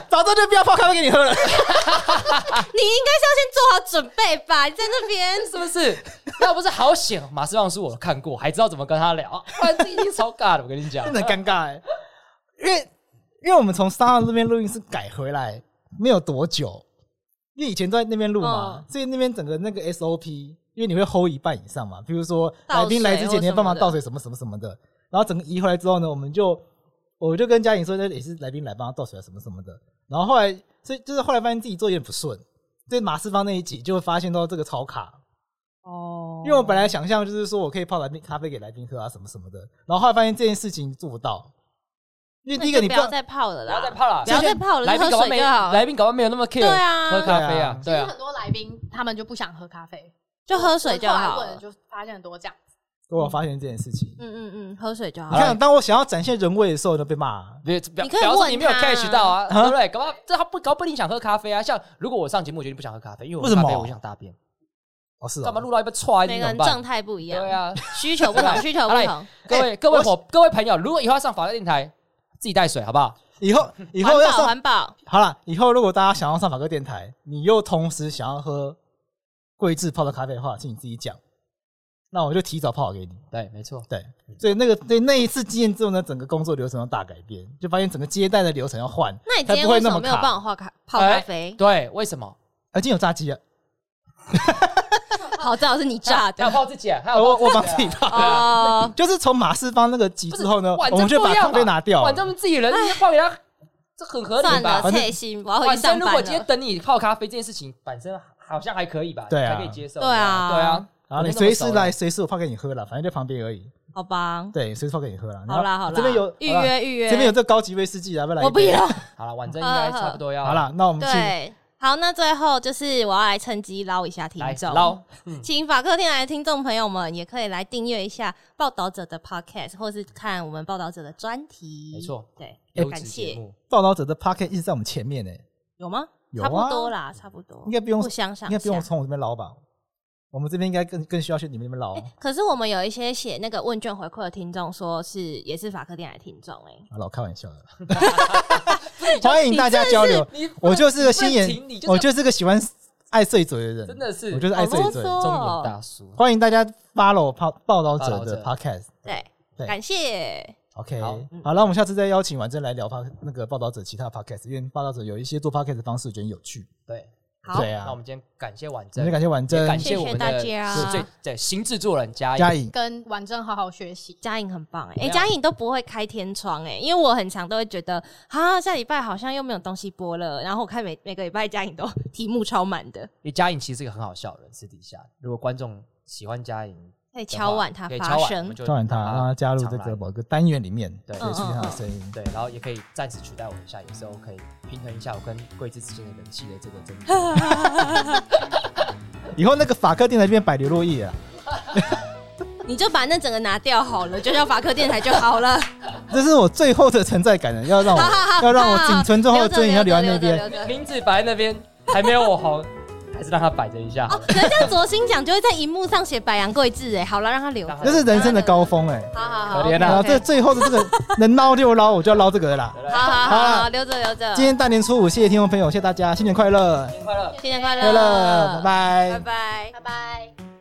早知道就不要泡咖啡给你喝了。 你应该是要先做好准备吧？你在那边是不是？要不是好险，马斯旺书我看过，还知道怎么跟他聊，不然这一定超尬的。我跟你讲， 真的尴尬哎、欸，因为因为我们从沙浪这边录音室改回来没有多久，因为以前都在那边录嘛、嗯，所以那边整个那个 S O P， 因为你会 hold 一半以上嘛，比如说来宾来之前你要帮忙倒水什么什么什么的，然后整个移回来之后呢，我们就我就跟嘉颖说，那也是来宾来帮他倒水什么什么的，然后后来所以就是后来发现自己做有点不顺，所以马斯方那一集就会发现到这个超卡。哦，因为我本来想象就是说我可以泡来宾咖啡给来宾喝啊什么什么的，然后后来发现这件事情做不到。因为第一个你不要再泡了啦， 不要再泡了， 不要再泡了， 来宾喝水就好。 来宾搞不好没有那么 care， 对啊， 喝咖啡啊，对啊。 其实很多来宾他们就不想喝咖啡， 就喝水就好。 后来问就发现很多这样子。 我发现这件事情， 嗯嗯嗯，喝水就好。 你看，当我想要展现人味的时候，就被骂。 你可以问你没有 catch 到啊， 啊对不对？搞不好这他不搞不一定想喝咖啡啊。像如果我上节目，我决定不想喝咖啡，因为我喝咖啡我想大便。 哦，是哦。 干嘛录到一半唰？ 每个人状态不一样， 对啊， 需求不同，需求不同。 各位各位伙各位朋友，如果以后要上法科电台。自己带水好不好？ 以后以后要上环保。 好了，以后如果大家想要上法科电台，你又同时想要喝桂枝泡的咖啡的话，请你自己讲，那我就提早泡好给你。 对，没错， 对，所以那个对那一次经验之后呢，整个工作流程要大改变，就发现整个接待的流程要换。 那你今天为什么没有帮我泡咖泡咖啡？ 对，为什么？ 啊，今天有炸鸡啊。 好，最好是你炸的， 还有泡自己，还有我我帮自己泡的，就是从马斯方那个集之后呢，我们就把咖啡拿掉。 晚上自己人泡给他，这很合理吧？ 算了，切心，我要回去上班了。 如果今天等你泡咖啡这件事情本身好像还可以吧？ 对啊， 还可以接受。 对啊， 对啊。 然后你随时来，随时我泡给你喝了，反正在旁边而已。 好吧。 对，随时泡给你喝了。 好啦好啦， 这边有预约预约， 这边有这高级威士忌，来不来？ 我不要。 好了，晚上应该差不多要。 好了，那我们对。好，那最后就是我要来趁机捞一下听众， 捞， 嗯、请法客电台的听众朋友们也可以来订阅一下报道者的 podcast， 或是看我们报道者的专题。 没错， 对，感谢。 报道者的 podcast 一直在我们前面呢、欸， 有吗？ 有啊， 差不多啦，差不多， 应该不用互相上下， 应该不用从我这边捞吧？我们这边应该更更需要去你们那边捞、欸。 可是我们有一些写那个问卷回馈的听众，说是也是法客电台的听众哎、欸， 好了，我开玩笑的。欢迎大家交流。我就是个心眼，我就是个喜欢爱碎嘴的人， 真的是， 我就是爱碎嘴， 中年大叔。 欢迎大家 follow 报道者的 podcast， 对，对，感谢。 OK， 好，好，那我们下次再邀请婉珍来聊那个报道者其他 podcast， 因为报道者有一些做 podcast 的方式，我觉得有趣。 对。 对啊， 那我们今天感谢婉珍， 感谢婉珍， 感谢我们的最对新制作人嘉颖， 嘉颖跟婉珍好好学习。 嘉颖很棒哎、欸，哎、欸，嘉颖都不会开天窗哎、欸，因为我很常都会觉得啊，下礼拜好像又没有东西播了，然后我看每每个礼拜嘉颖都题目超满的。因为嘉颖其实是一个很好笑的人，私底下如果观众喜欢嘉颖， 可以敲碗他发声， 敲碗他，让他加入这个某个单元里面，对，可以出现他的声音， 对，然后也可以暂时取代我一下，有时候可以平衡一下我跟桂枝之间的人气的这个争执。 以后那个法客电台变百流落叶啊， 你就把那整个拿掉好了，就叫法客电台就好了。 这是我最后的存在感了，要让我要让我仅存最后的尊严要留在那边， 名字摆在那边，还没有我红。还是让他摆着一下哦，可是这样左心讲就会在荧幕上写百阳贵志哎，好了，让他留， 这是人生的高峰哎， 好好好， 可怜啊， 这最后的这个能捞就捞，我就要捞这个啦， 好好好，留着留着。 今天大年初五，谢谢听众朋友，谢谢大家，新年快乐， 新年快乐， 新年快乐， 快乐，拜拜， 拜拜， 拜拜。